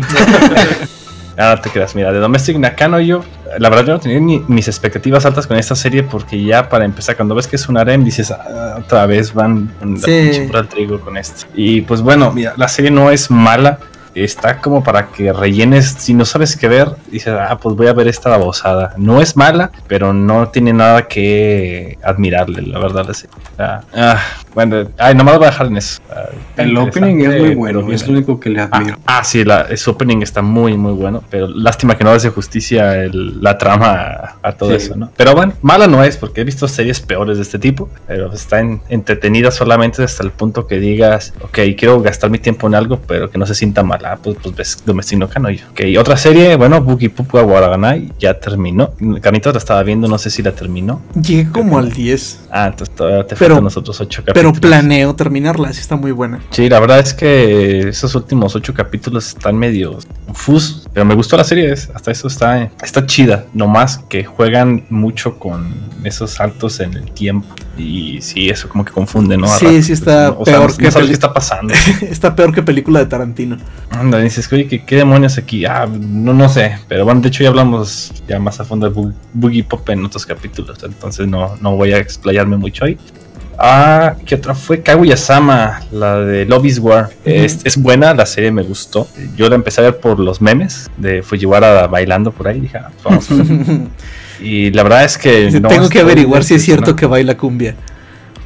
No te creas, mira, de Domestic Nakano-yo, la verdad yo no tenía ni mis expectativas altas con esta serie, porque ya para empezar, cuando ves que es un harem, dices, otra vez van la Sí. pinche pura al trigo con esto. Y pues bueno, mira, la serie no es mala, está como para que rellenes, si no sabes qué ver, dices, pues voy a ver esta babosada. No es mala, pero no tiene nada que admirarle, la verdad. Bueno, nomás voy a dejar en eso. El opening es muy Interesante, bueno, pero es lo único que le admiro. Sí, su opening está muy muy bueno, pero lástima que no hace justicia la trama a todo Sí. eso, ¿no? Pero bueno, mala no es, porque he visto series peores de este tipo, pero está entretenida solamente hasta el punto que digas, ok, quiero gastar mi tiempo en algo, pero que no se sienta mal. Pues ves Domestic Nakano-yo. Ok, otra serie, bueno, Boogie Pupu Waraganai ya terminó. Carnitos la estaba viendo, no sé si la terminó. Llegué como al 10. Entonces todavía te Pero- faltan los otros 8 Pero capítulos. planeo terminarla, sí está muy buena. Sí, la verdad es que esos últimos 8 capítulos están medio confusos, pero me gustó la serie, hasta eso está chida, nomás que juegan mucho con esos saltos en el tiempo y sí, eso como que confunde, ¿no? A Sí, ratos, sí está o sea, peor no que sabes qué está pasando. Está peor que película de Tarantino. Anda, dices, oye, ¿qué demonios aquí? No sé, pero bueno, de hecho ya hablamos ya más a fondo de Boogie Pop en otros capítulos, entonces no voy a explayarme mucho ahí. ¿Qué otra fue? Kaguya-sama, la de Love is War. Es buena, la serie me gustó. Yo la empecé a ver por los memes de Fujiwara bailando por ahí. Dije, vamos a ver. Y la verdad es que Tengo que averiguar si es cierto que baila cumbia.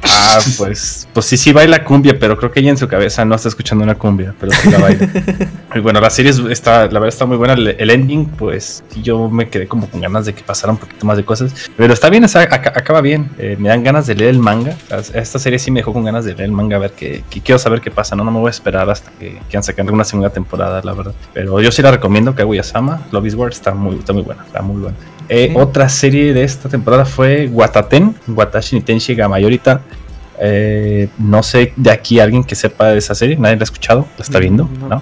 Pues sí baila cumbia, pero creo que ella en su cabeza no está escuchando una cumbia, pero sí la baila. Y bueno, la serie la verdad está muy buena. El ending, pues sí, yo me quedé como con ganas de que pasara un poquito más de cosas, pero está bien, o sea, acaba bien. Me dan ganas de leer el manga. Esta serie sí me dejó con ganas de leer el manga, a ver que quiero saber qué pasa, ¿no? No me voy a esperar hasta que quieran sacar una segunda temporada, la verdad. Pero yo sí la recomiendo, Kaguya-sama, Love is War, está muy buena, está muy buena. Otra serie de esta temporada fue Wataten, Watashi ni Tenshi ga Mayorita. No sé de aquí alguien que sepa de esa serie, nadie la ha escuchado, la está viendo. No.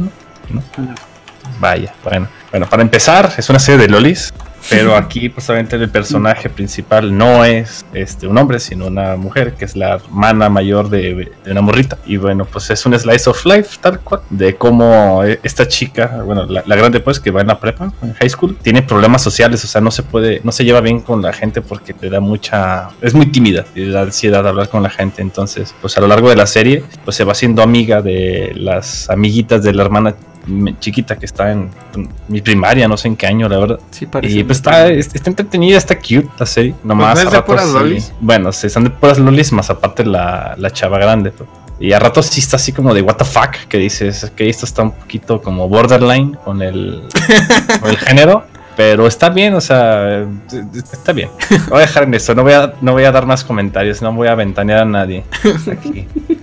Vaya, bueno, para empezar, es una serie de lolis, pero aquí pues obviamente el personaje principal no es un hombre, sino una mujer, que es la hermana mayor de una morrita. Y bueno, pues es un slice of life, tal cual, de cómo esta chica, bueno, la grande pues, que va en la prepa, en high school, tiene problemas sociales, o sea, no se lleva bien con la gente porque es muy tímida, y le da ansiedad hablar con la gente. Entonces, pues a lo largo de la serie, pues se va haciendo amiga de las amiguitas de la hermana chiquita que está en mi primaria, no sé en qué año, la verdad. Sí, parece. Y pues está entretenida, está cute la serie. Nomás pues no es de puras lolis. Bueno, se están de puras lolis, más aparte la chava grande. Pues. Y a ratos sí está así como de what the fuck, que dices que esto está un poquito como borderline con el género. Pero está bien, o sea, está bien. Voy a dejar en eso, no voy a dar más comentarios, no voy a ventanear a nadie aquí.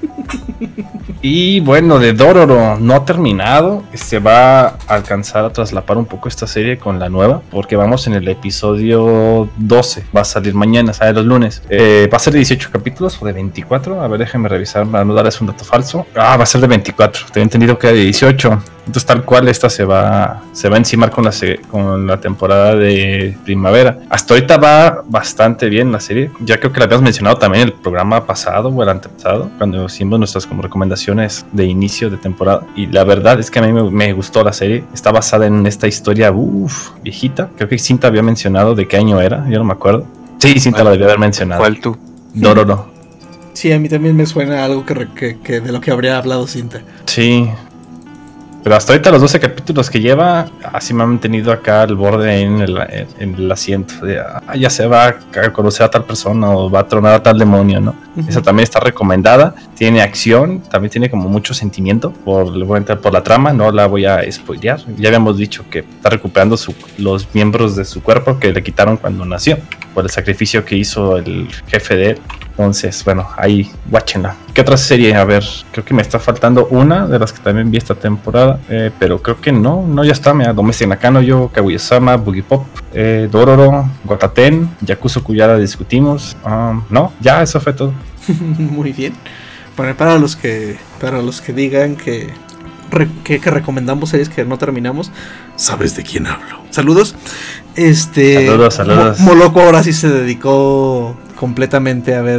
Y bueno, de Dororo no ha terminado. Se va a alcanzar a traslapar un poco esta serie con la nueva, porque vamos en el episodio 12. Va a salir mañana, sale los lunes. Va a ser de 18 capítulos o de 24. A ver, déjenme revisar para no darles un dato falso. Va a ser de 24. Tenía entendido que era de 18. Entonces tal cual esta se va a encimar con la temporada de primavera. Hasta ahorita va bastante bien la serie. Ya creo que la habíamos mencionado también en el programa pasado o el antepasado, cuando hicimos nuestras como recomendaciones de inicio de temporada. Y la verdad es que a mí me gustó la serie. Está basada en esta historia viejita. Creo que Cinta había mencionado de qué año era, yo no me acuerdo. Sí, Cinta la debía haber mencionado. ¿Cuál tú? Dororo. Sí, a mí también me suena algo que de lo que habría hablado Cinta. Sí. Pero hasta ahorita los 12 capítulos que lleva, así me han mantenido acá al borde en el asiento. Ya se va a conocer a tal persona o va a tronar a tal demonio, ¿no? Uh-huh. Esa también está recomendada. Tiene acción, también tiene como mucho sentimiento. Voy a entrar por la trama, no la voy a spoilear. Ya habíamos dicho que está recuperando los miembros de su cuerpo que le quitaron cuando nació, por el sacrificio que hizo el jefe de él. Entonces, bueno, ahí, watchenla. ¿Qué otra serie? A ver, creo que me está faltando una de las que también vi esta temporada, pero creo que no, ya está. Mira, Domestic Nakano Yo, Kaguya-sama, Boogie Pop, Dororo, Wataten, Yakuza Kuyara discutimos. No, ya, eso fue todo. Muy bien. Bueno, para los que digan que recomendamos series que no terminamos, ¿sabes de quién hablo? Saludos. Saludos. Moloco ahora sí se dedicó completamente a ver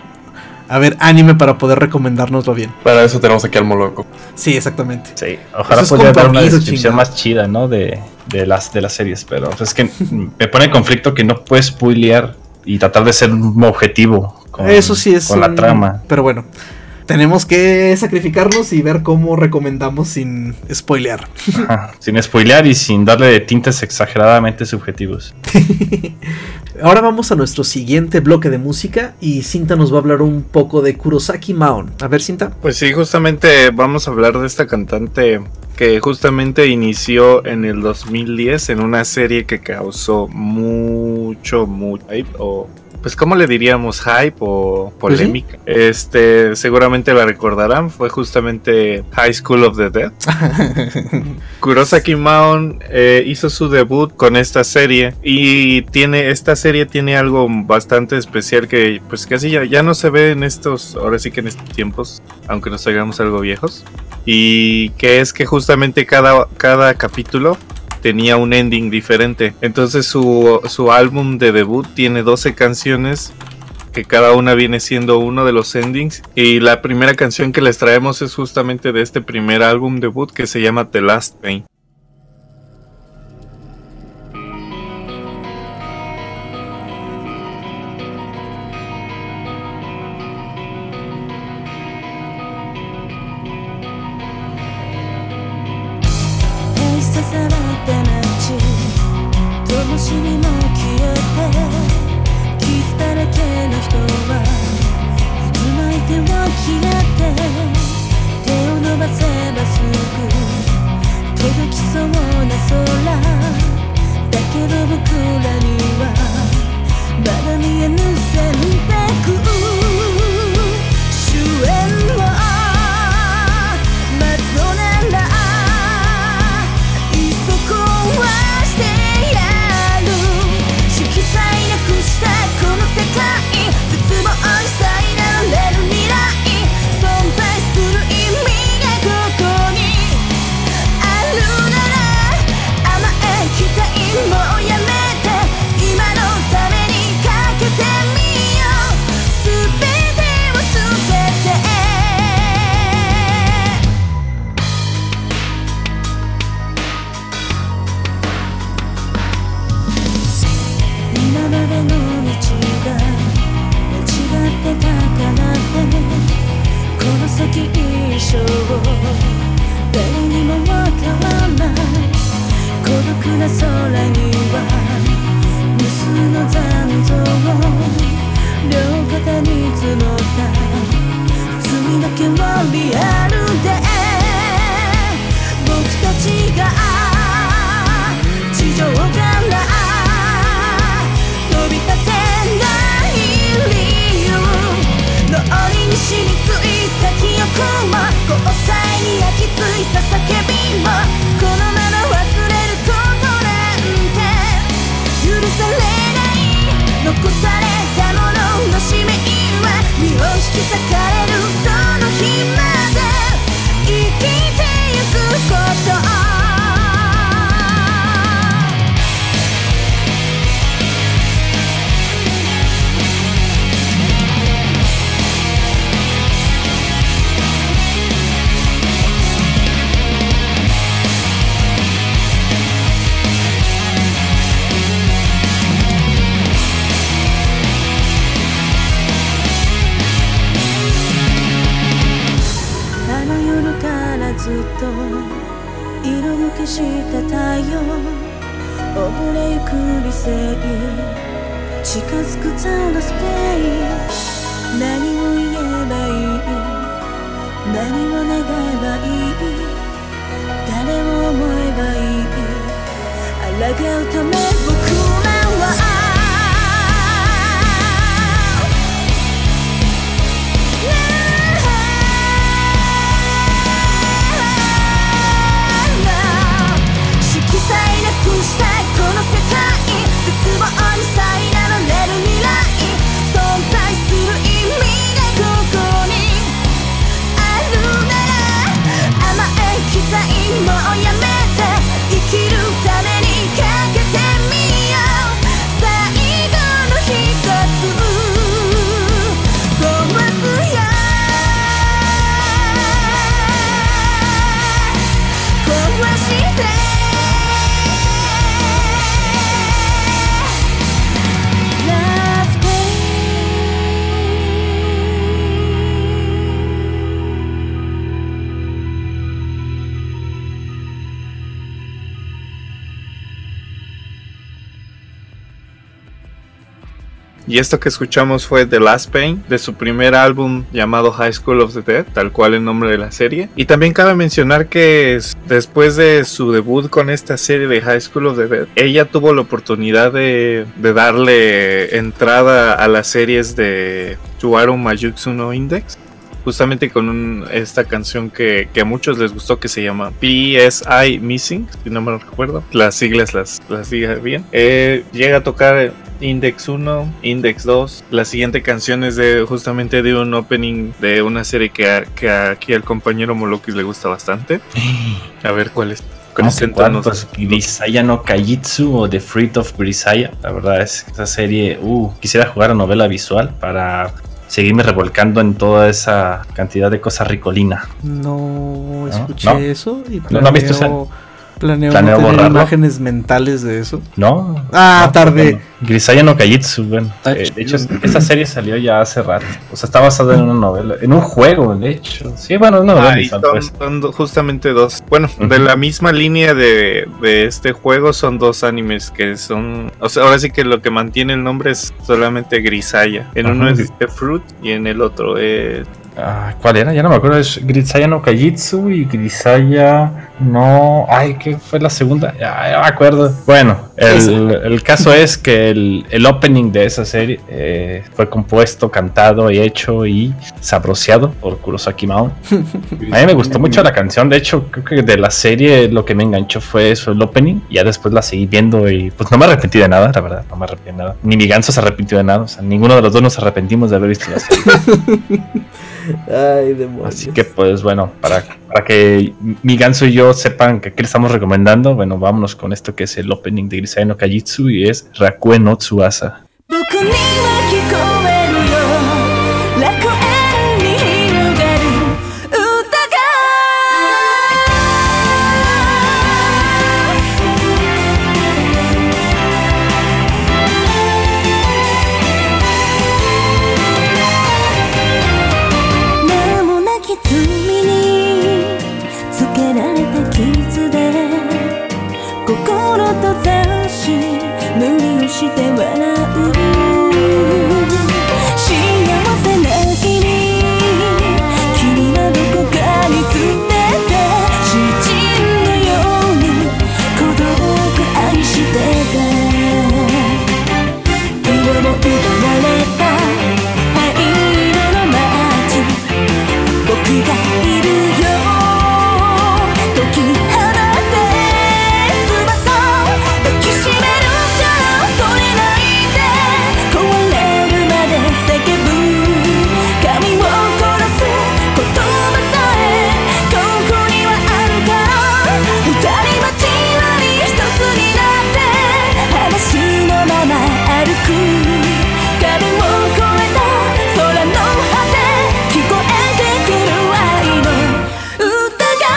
anime para poder recomendárnoslo bien. Para eso tenemos aquí al Moloco. Sí, exactamente. Sí, ojalá pudiera dar una descripción más chida, ¿no? De las series, pero es que me pone en conflicto que no puedes spoilear y tratar de ser un objetivo con, eso sí es con la trama. Pero bueno, tenemos que sacrificarnos y ver cómo recomendamos sin spoilear. Ajá, sin spoilear y sin darle tintes exageradamente subjetivos. Ahora vamos a nuestro siguiente bloque de música y Cinta nos va a hablar un poco de Kurosaki Maon. A ver, Cinta. Pues sí, justamente vamos a hablar de esta cantante que justamente inició en el 2010 en una serie que causó mucho hype, o pues ¿cómo le diríamos? Hype o polémica. ¿Sí? Seguramente la recordarán, fue justamente High School of the Dead. Kurosaki Maon hizo su debut con esta serie y esta serie tiene algo bastante especial que pues casi ya no se ve ahora sí que en estos tiempos, aunque nos hagamos algo viejos, y que es que justamente cada capítulo tenía un ending diferente. Entonces su álbum de debut tiene 12 canciones, que cada una viene siendo uno de los endings. Y la primera canción que les traemos es justamente de este primer álbum debut, que se llama The Last Pain. 灯火にも消えて傷だらけの人は手をひねって手を伸ばせばすぐ届きそうな空だけど僕らにはまだ見えぬ選択終焉を待つのならいっそ壊してやる色彩なくしたこの世界絶望にさえなられる未来存在する意味がここにあるなら甘え期待もうやめて今のためにかけてみよう全てを捨てて今までの道が間違ってたからってこの先一生誰にもわからない孤独な空には無数の残像両肩に積もった罪だけはリアルで僕たちが地上から飛び立てない理由脳裏に染みついた記憶も交際に焼き付いた叫びもこのまま忘れることなんて許されない残されたものの使命は身を引き裂かれるその日まで生きてゆくことずっと色抜けした太陽溺れゆく理性近づくザラスペイン何を言えばいい何を願えばいい誰を思えばいい抗うため僕らはこの世界絶望にさえなられる未来存在する意味がここにあるなら甘え期待もうやめて生きるためにかけてみよう最後の一つ壊すよ壊して Y esto que escuchamos fue The Last Pain, de su primer álbum llamado High School of the Dead, tal cual el nombre de la serie. Y también cabe mencionar que después de su debut con esta serie de High School of the Dead, ella tuvo la oportunidad de darle entrada a las series de Chuaru Majutsu no Index, justamente con esta canción que a muchos les gustó, que se llama PSI Missing, si no me recuerdo, las siglas las diga bien. Llega a tocar Index 1, Index 2. La siguiente canción es justamente de un opening de una serie que aquí al compañero Molokis le gusta bastante. A ver cuál es. ¿Cuántos? Grisaya no Kajitsu o The Fruit of Grisaya. La verdad es que esa serie, quisiera jugar a novela visual para seguirme revolcando en toda esa cantidad de cosas ricolina. No escuché eso y ¿No has visto esa? Planeo Planeo no tener borrarlo. imágenes mentales de eso. No. Ah, no, tardé. bueno. Grisaya no Kajitsu, bueno. Está De hecho, chido. esa serie salió ya hace rato. O sea, está basada en una novela, en un juego, de hecho. Sí, bueno, una novela Ah, y visual, son, pues. justamente dos. Bueno, de Ujú. la misma línea de este juego son dos animes que son. O sea, ahora sí que lo que mantiene el nombre es solamente Grisaya. En uno Ajá. es The Fruit y en el otro es. ¿Cuál era? Ya no me acuerdo. Es Grisaya no Kajitsu y Grisaya no. Ay, ¿qué fue la segunda? Ya no me acuerdo. Bueno, el caso es que el opening de esa serie fue compuesto, cantado y hecho y sabroseado por Kurosaki Mao. A mí me gustó mucho la canción. De hecho, creo que de la serie lo que me enganchó fue eso, el opening. Y ya después la seguí viendo y pues no me arrepentí de nada, la verdad. No me arrepentí de nada. Ni mi ganso se arrepintió de nada. O sea, ninguno de los dos nos arrepentimos de haber visto la serie. Ay, demonios. Así que pues bueno, para que mi ganso y yo sepan que qué le estamos recomendando, bueno, vámonos con esto que es el opening de Grisaya no Kajitsu y es Rakue no Tsuasa. 僕には聞こえるよ楽園に広がる歌が名もなき罪につけられた傷で心と斬新無理をして笑う幸せな日に君はどこかに捨てて詩人のように孤独愛してた色の奪われた灰色の街僕がいるよ解き放て翼抱きしめるから恐れないで壊れるまで叫ぶ神を殺す言葉さえここにはあるから二人はじわり一つになって話のまま歩く壁を越えた空の果て聞こえてくる愛の歌が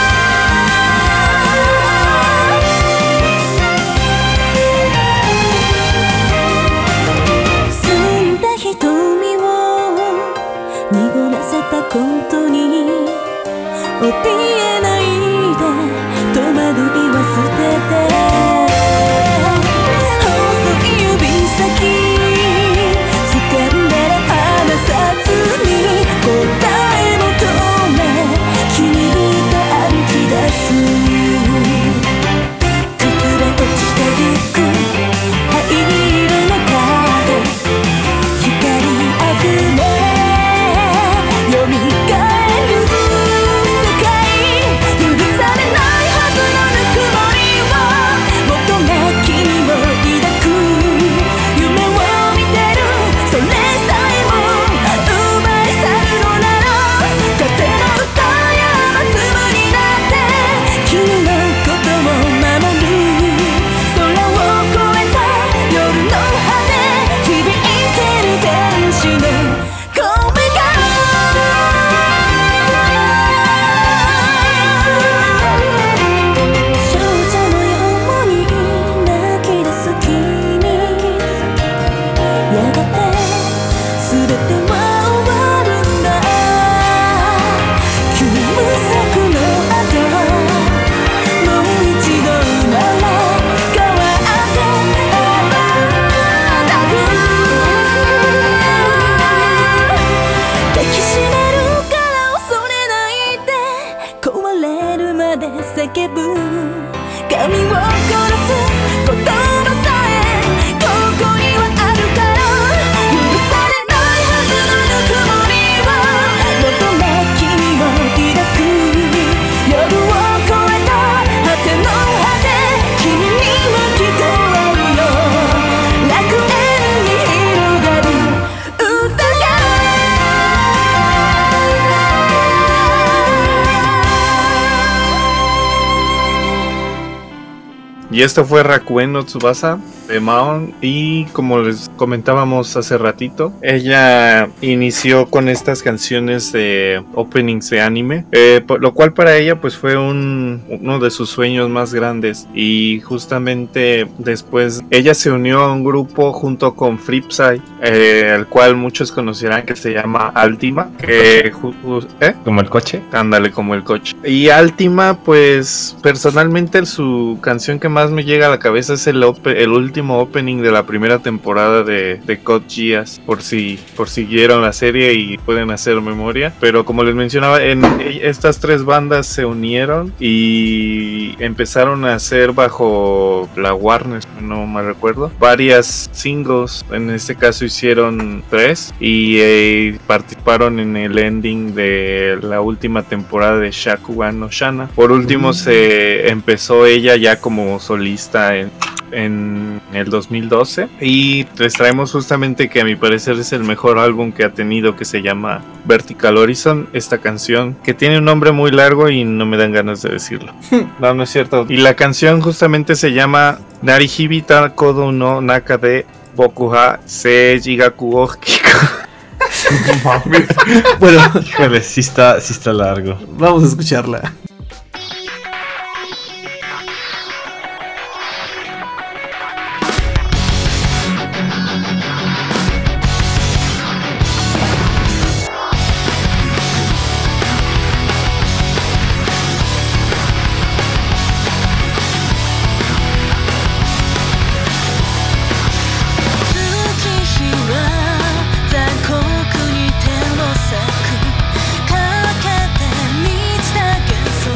澄んだ瞳を濁らせたことに怯えないで戸惑いは捨てて細い指先掴んだら離さずに答え求め君と歩き出す崩れ落ちてゆく灰色の壁光あふれ蘇る世界許されないはずのぬくもりを求め君を抱く夢を見てるそれさえも奪い去るのなら風の歌や雨粒になって君のことを守る空を越えた夜の果て響いてる天使の声が少女のように泣き出す君やがて全ては終わるんだ休息の後もう一度生まれ変わって抱きしめるから恐れないで壊れるまで叫ぶ神を殺す言葉さえここにはあるから許されないはずのぬくもりを求め君を抱く夜を越えた果ての果て君には聞こえるよ楽園に広がる歌が Y esto fue Rakuen no Tsubasa de Maon. Y como les comentábamos hace ratito, ella inició con estas canciones de openings de anime, por lo cual para ella pues fue uno de sus sueños más grandes. Y justamente después ella se unió a un grupo junto con Flipside, el cual muchos conocerán, que se llama Altima, que Como el coche. ándale, como el coche. Y Altima, pues personalmente su canción que más me llega a la cabeza es el último opening de la primera temporada de Code Geass, por si vieron la serie y pueden hacer memoria. Pero como les mencionaba, estas tres bandas se unieron y empezaron a hacer bajo la Warner, no me recuerdo, varias singles. En este caso hicieron 3 y participaron en el ending de la última temporada de Shakugan no Shana. Por último se empezó ella ya como solista en el 2012 y les traemos justamente, que a mi parecer es el mejor álbum que ha tenido, que se llama Vertical Horizon, esta canción que tiene un nombre muy largo y no me dan ganas de decirlo. No es cierto. Y la canción justamente se llama Narihibita Kodo no Naka de Bokuha Seijigaku o Kiko. Bueno, Híjole, sí está largo. vamos a escucharla. 月日は残酷に手を裂くかけて満ちた幻想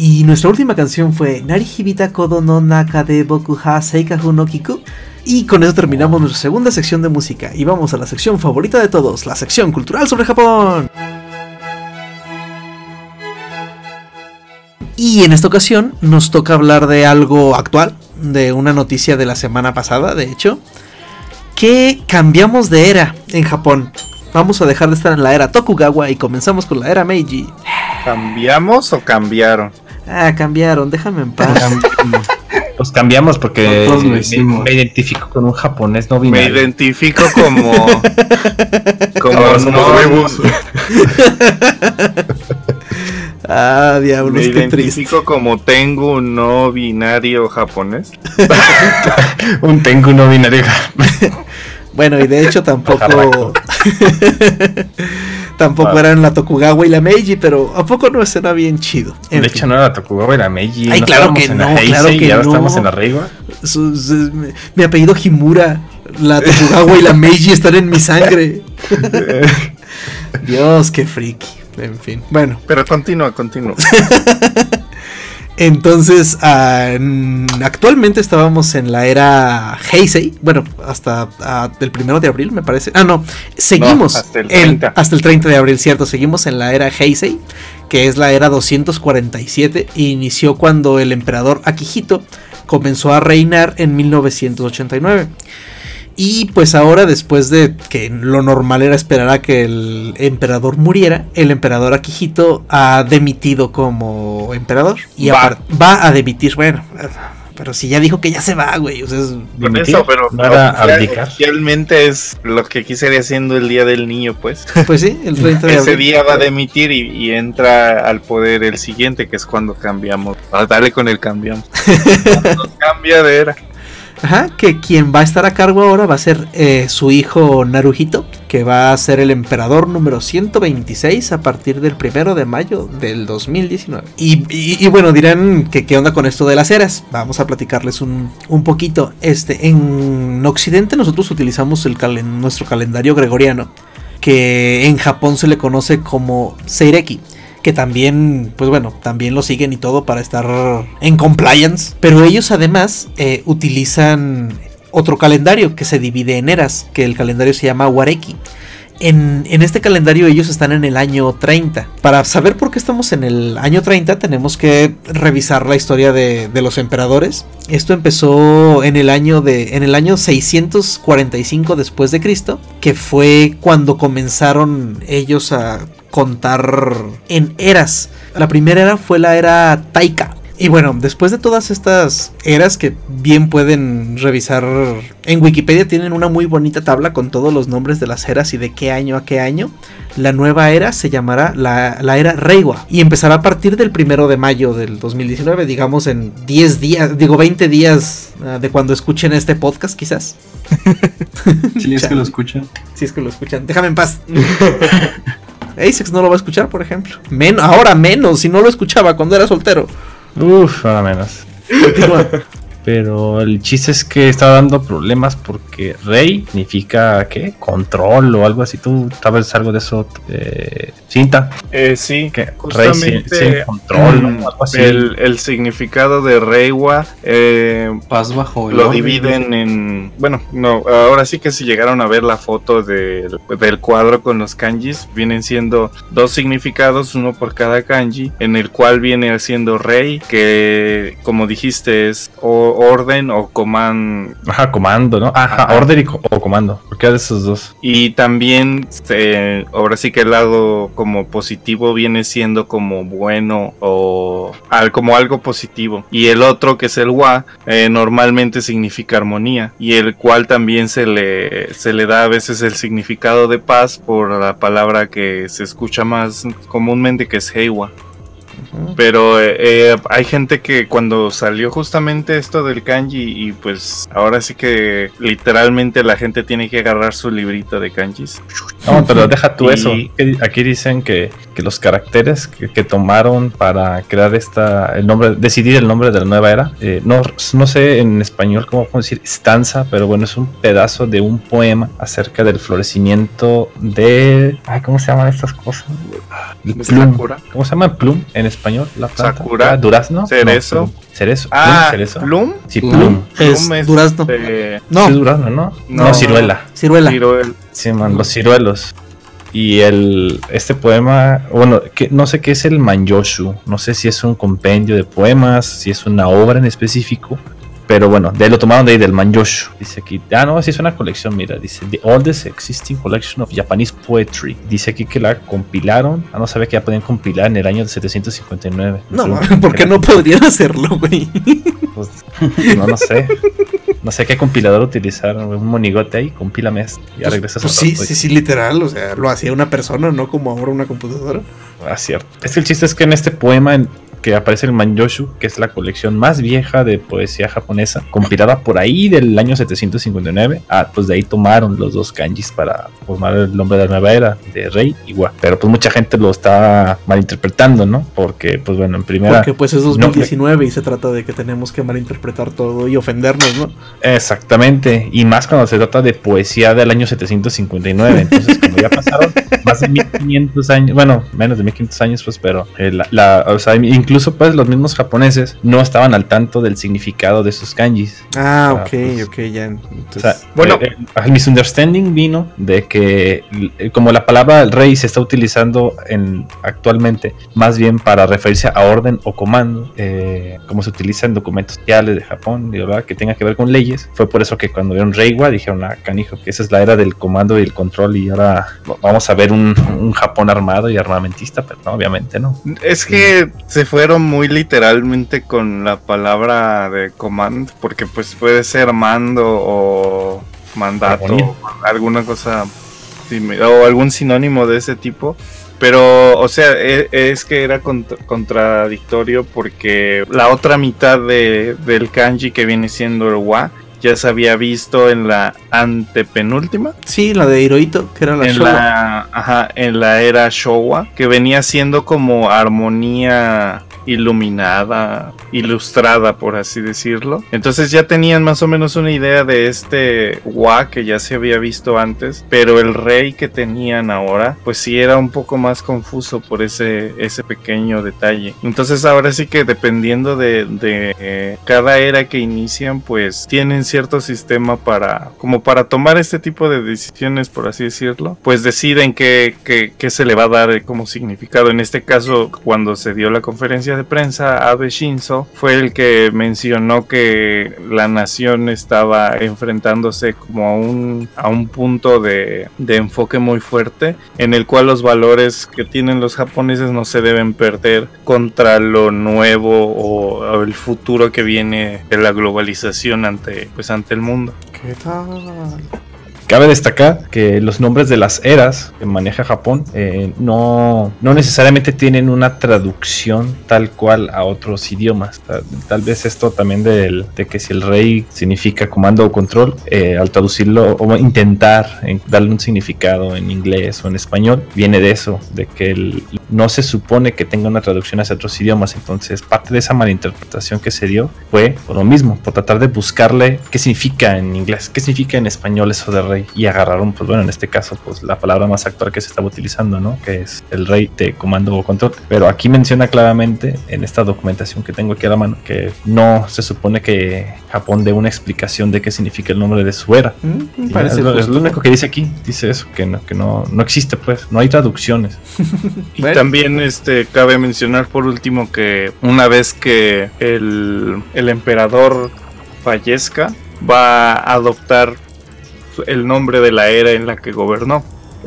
Y nuestra última canción fue Nari Hibita Kodo no Naka de Boku ha Seikaku no Kiku. Y con eso terminamos nuestra segunda sección de música. Y vamos a la sección favorita de todos, la sección cultural sobre Japón. Y en esta ocasión nos toca hablar de algo actual, de una noticia de la semana pasada, de hecho, que cambiamos de era en Japón. Vamos a dejar de estar en la era Tokugawa y comenzamos con la era Meiji. ¿Cambiamos o cambiaron? Ah, cambiaron, déjame en paz. Los cambiamos porque Nosotros lo hicimos. me identifico con un japonés no Me binario. identifico como Ahora somos no, huevos. Ah, diablos, me qué triste. identifico como tengo un no binario japonés. Un tengu no binario. Bueno, y de hecho tampoco Ah. eran la Tokugawa y la Meiji, pero ¿a poco no suena bien chido? En De fin. hecho, no era la Tokugawa, era Meiji. Ay, no claro estábamos que en la no, Heisei claro que y ahora no. estamos en la Reiwa. Mi apellido Himura, la Tokugawa y la Meiji están en mi sangre. Dios, qué friki. En fin, bueno. Pero continúa. Entonces, actualmente estábamos en la era Heisei. Bueno, hasta el 1 de abril, me parece. Ah, no, seguimos. No, hasta el 30. Hasta el 30 de abril, cierto. Seguimos en la era Heisei, que es la era 247. E inició cuando el emperador Akihito comenzó a reinar en 1989. Y pues ahora, después de que lo normal era esperar a que el emperador muriera, el emperador Akihito ha dimitido como emperador. Y va a dimitir, bueno, pero si ya dijo que ya se va, güey. O sea, Por Dimitir, eso, pero no era abdicar. oficialmente es lo que aquí sería haciendo el Día del Niño, pues. pues sí, el 30 de Ese abril. día va a demitir y entra al poder el siguiente, que es cuando cambiamos. Dale con el cambiamos. Nos cambia de era. Ajá, que quien va a estar a cargo ahora va a ser su hijo Naruhito, que va a ser el emperador número 126 a partir del 1 de mayo del 2019. Y bueno, dirán que qué onda con esto de las eras. Vamos a platicarles un poquito. En Occidente nosotros utilizamos nuestro calendario gregoriano, que en Japón se le conoce como Seireki, que también, pues bueno, también lo siguen y todo para estar en compliance. Pero ellos además utilizan otro calendario que se divide en eras, que el calendario se llama Wareki. En este calendario ellos están en el año 30. Para saber por qué estamos en el año 30 tenemos que revisar la historia de los emperadores. Esto empezó en el año 645 después de Cristo, que fue cuando comenzaron ellos a contar en eras. La primera era fue la era Taika. Y bueno, después de todas estas eras que bien pueden revisar en Wikipedia, tienen una muy bonita tabla con todos los nombres de las eras y de qué año a qué año. La nueva era se llamará la era Reiwa y empezará a partir del 1 de mayo del 2019, digamos en 10 días, 20 días de cuando escuchen este podcast quizás. Si es que lo escuchan. Si es que lo escuchan, déjame en paz. Asex no lo va a escuchar, por ejemplo. Ahora menos, si no lo escuchaba cuando era soltero. Uf, nada menos. Continúa. Pero el chiste es que está dando problemas porque rey significa, ¿qué? Control o algo así. ¿Tú sabes algo de eso? Cinta. Sí, Que rey justamente sin control, ¿no? Algo así. el significado de Reiwa Paz bajo el lo orden. dividen en... Bueno, no, ahora sí que si llegaron a ver la foto del cuadro con los kanjis, vienen siendo dos significados, uno por cada kanji, en el cual viene siendo rey, que como dijiste es orden o command. Ajá, comando, ¿no? Ajá, Ajá. orden o comando. Cualquiera de esos dos. Y también ahora sí que el lado como positivo viene siendo como bueno o como algo positivo. Y el otro que es el wa normalmente significa armonía. Y el cual también se le da a veces el significado de paz por la palabra que se escucha más comúnmente, que es heiwa. Pero hay gente que cuando salió justamente esto del kanji, y pues ahora sí que literalmente la gente tiene que agarrar su librito de kanjis. No, pero deja tú Y- eso. Aquí dicen que que los caracteres que tomaron para crear decidir el nombre de la nueva era, no sé en español cómo decir stanza, pero bueno, es un pedazo de un poema acerca del florecimiento de... ¿cómo se llaman estas cosas? El plum. Sakura. ¿Cómo se llama el plum en español? La planta. Sakura. ¿Durazno? Cerezo. No, cerezo. ¿Cerezo? ¿Plum? Sí, Plum. plum. Es Plum es durazno. No. Sí, es durazno, ¿no? No. Ciruela. Ciruela. Sí, man, los ciruelos. Y este poema, bueno, que no sé qué es el Manyoshu, no sé si es un compendio de poemas, si es una obra en específico, pero bueno, de ahí lo tomaron de ahí del Manyoshu. Dice aquí, no, sí es una colección, mira, dice The Oldest Existing Collection of Japanese Poetry. Dice aquí que la compilaron, no sabía que ya podían compilar en el año de 759. No, ¿por qué no podrían hacerlo, güey? Pues, no sé. No sé qué compilador utilizaron, un monigote ahí, compílame esto. Ya regresas Pues a sí, literal, o sea, lo hacía una persona, no como ahora una computadora. Cierto. El chiste es que en este poema que aparece el Manyoshu, que es la colección más vieja de poesía japonesa, compilada por ahí del año 759, pues de ahí tomaron los dos kanjis para formar el nombre de la nueva era, de Rei y Wa. Pero pues mucha gente lo está malinterpretando, ¿no? Porque, pues bueno, en primera... Porque pues es 2019 y se trata de que tenemos que malinterpretar todo y ofendernos, ¿no? Exactamente, y más cuando se trata de poesía del año 759, entonces como ya pasaron más de 1500 años, bueno, menos de 1500 años, pues, pero o sea, incluso pues los mismos japoneses no estaban al tanto del significado de esos kanjis. Ok, ya. Entonces, o sea, bueno, el misunderstanding vino de que como la palabra rey se está utilizando actualmente más bien para referirse a orden o comando, como se utiliza en documentos oficiales de Japón, ¿verdad? Que tenga que ver con leyes. Fue por eso que cuando vieron Reiwa dijeron, canijo, que esa es la era del comando y el control y ahora vamos a ver un Japón armado y armamentista, pero no, obviamente no. Es que se fueron muy literalmente con la palabra de command, porque pues puede ser mando o mandato o alguna cosa o algún sinónimo de ese tipo. Pero, o sea, es que era contradictorio porque la otra mitad del kanji que viene siendo el wa ya se había visto en la antepenúltima. Sí, la de Hirohito, que era la Showa. En la era Showa, que venía siendo como armonía iluminada, ilustrada, por así decirlo. Entonces ya tenían más o menos una idea de este wa que ya se había visto antes, pero el rey que tenían ahora, pues sí era un poco más confuso por ese pequeño detalle. Entonces ahora sí que dependiendo de cada era que inician, pues tienen cierto sistema para tomar este tipo de decisiones, por así decirlo, pues deciden qué se le va a dar como significado. En este caso, cuando se dio la conferencia de prensa, Abe Shinzo fue el que mencionó que la nación estaba enfrentándose como a un punto de enfoque muy fuerte, en el cual los valores que tienen los japoneses no se deben perder contra lo nuevo o el futuro que viene de la globalización ante el mundo. ¿Qué tal? Cabe destacar que los nombres de las eras que maneja Japón no necesariamente tienen una traducción tal cual a otros idiomas. Tal vez esto también de que si el rey significa comando o control, al traducirlo o intentar darle un significado en inglés o en español, viene de eso, de que no se supone que tenga una traducción hacia otros idiomas. Entonces parte de esa malinterpretación que se dio fue por lo mismo, por tratar de buscarle qué significa en inglés, qué significa en español eso de rey. Y agarraron, pues bueno, en este caso, pues la palabra más actual que se estaba utilizando, ¿no? Que es el rey de comando o control. Pero aquí menciona claramente, en esta documentación que tengo aquí a la mano, que no se supone que Japón dé una explicación de qué significa el nombre de su era. Es lo único que dice aquí, dice eso, que no existe, pues, no hay traducciones. Y también cabe mencionar por último que una vez que el emperador fallezca, va a adoptar el nombre de la era en la que gobernó.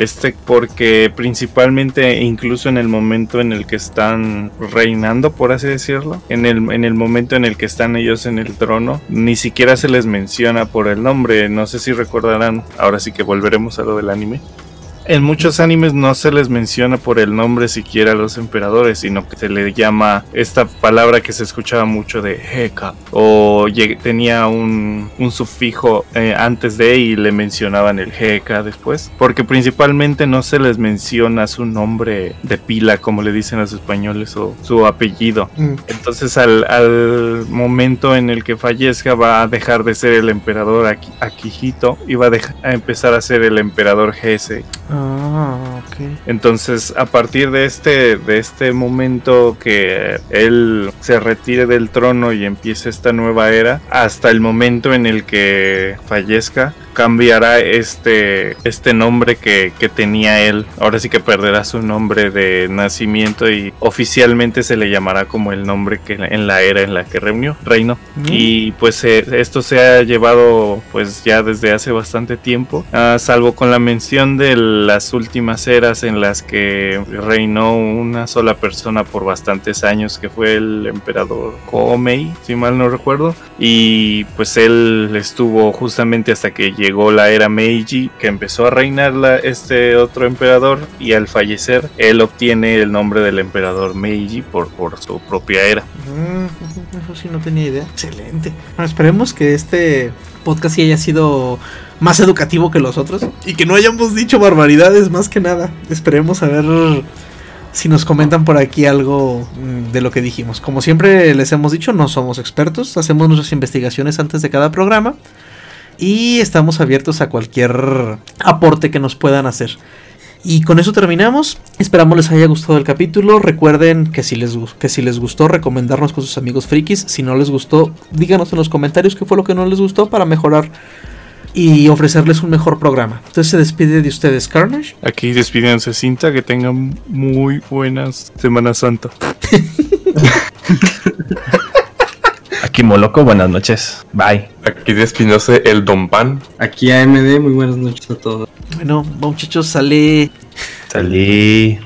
Porque principalmente incluso en el momento en el que están reinando, por así decirlo, en el momento en el que están ellos en el trono, ni siquiera se les menciona por el nombre. No sé si recordarán, ahora sí que volveremos a lo del anime, En muchos animes no se les menciona por el nombre siquiera a los emperadores, sino que se le llama esta palabra que se escuchaba mucho de Heka, o tenía un sufijo antes de y le mencionaban el Heka después, porque principalmente no se les menciona su nombre de pila, como le dicen los españoles, o su apellido. Entonces al momento en el que fallezca va a dejar de ser el emperador Akihito y va a empezar a ser el emperador Heisei. Ok. Entonces, a partir de este momento que él se retire del trono y empiece esta nueva era, hasta el momento en el que fallezca, cambiará este nombre que tenía él. Ahora sí que perderá su nombre de nacimiento y oficialmente se le llamará como el nombre que en la era en la que reinó. Y pues esto se ha llevado pues ya desde hace bastante tiempo, salvo con la mención de las últimas eras en las que reinó una sola persona por bastantes años, que fue el emperador Koomei, si mal no recuerdo, y pues él estuvo justamente hasta que llegó la era Meiji, que empezó a reinar este otro emperador, y al fallecer él obtiene el nombre del emperador Meiji por su propia era. Eso sí no tenía idea. Excelente. Bueno, esperemos que este podcast sí haya sido más educativo que los otros y que no hayamos dicho barbaridades, más que nada. Esperemos a ver si nos comentan por aquí algo de lo que dijimos. Como siempre les hemos dicho, no somos expertos, hacemos nuestras investigaciones antes de cada programa y estamos abiertos a cualquier aporte que nos puedan hacer. Y con eso terminamos. Esperamos les haya gustado el capítulo. Recuerden que si les gustó, recomendarnos con sus amigos frikis. Si no les gustó, díganos en los comentarios qué fue lo que no les gustó para mejorar y ofrecerles un mejor programa. Entonces se despide de ustedes Carnage. Aquí despídense Cinta, que tengan muy buenas Semana Santa. Aquí Moloco, buenas noches. Bye. Aquí despidiéndose el Don Pan. Aquí AMD, muy buenas noches a todos. Bueno, muchachos, sale. Salí.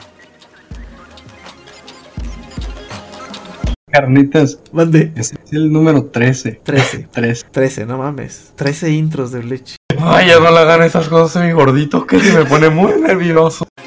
Carnitas, Mande. ese es el número 13. 13. 13. 13, no mames. 13 intros de Bleach. Ay, ya no le hagan esas cosas a mi gordito, que se me pone muy nervioso.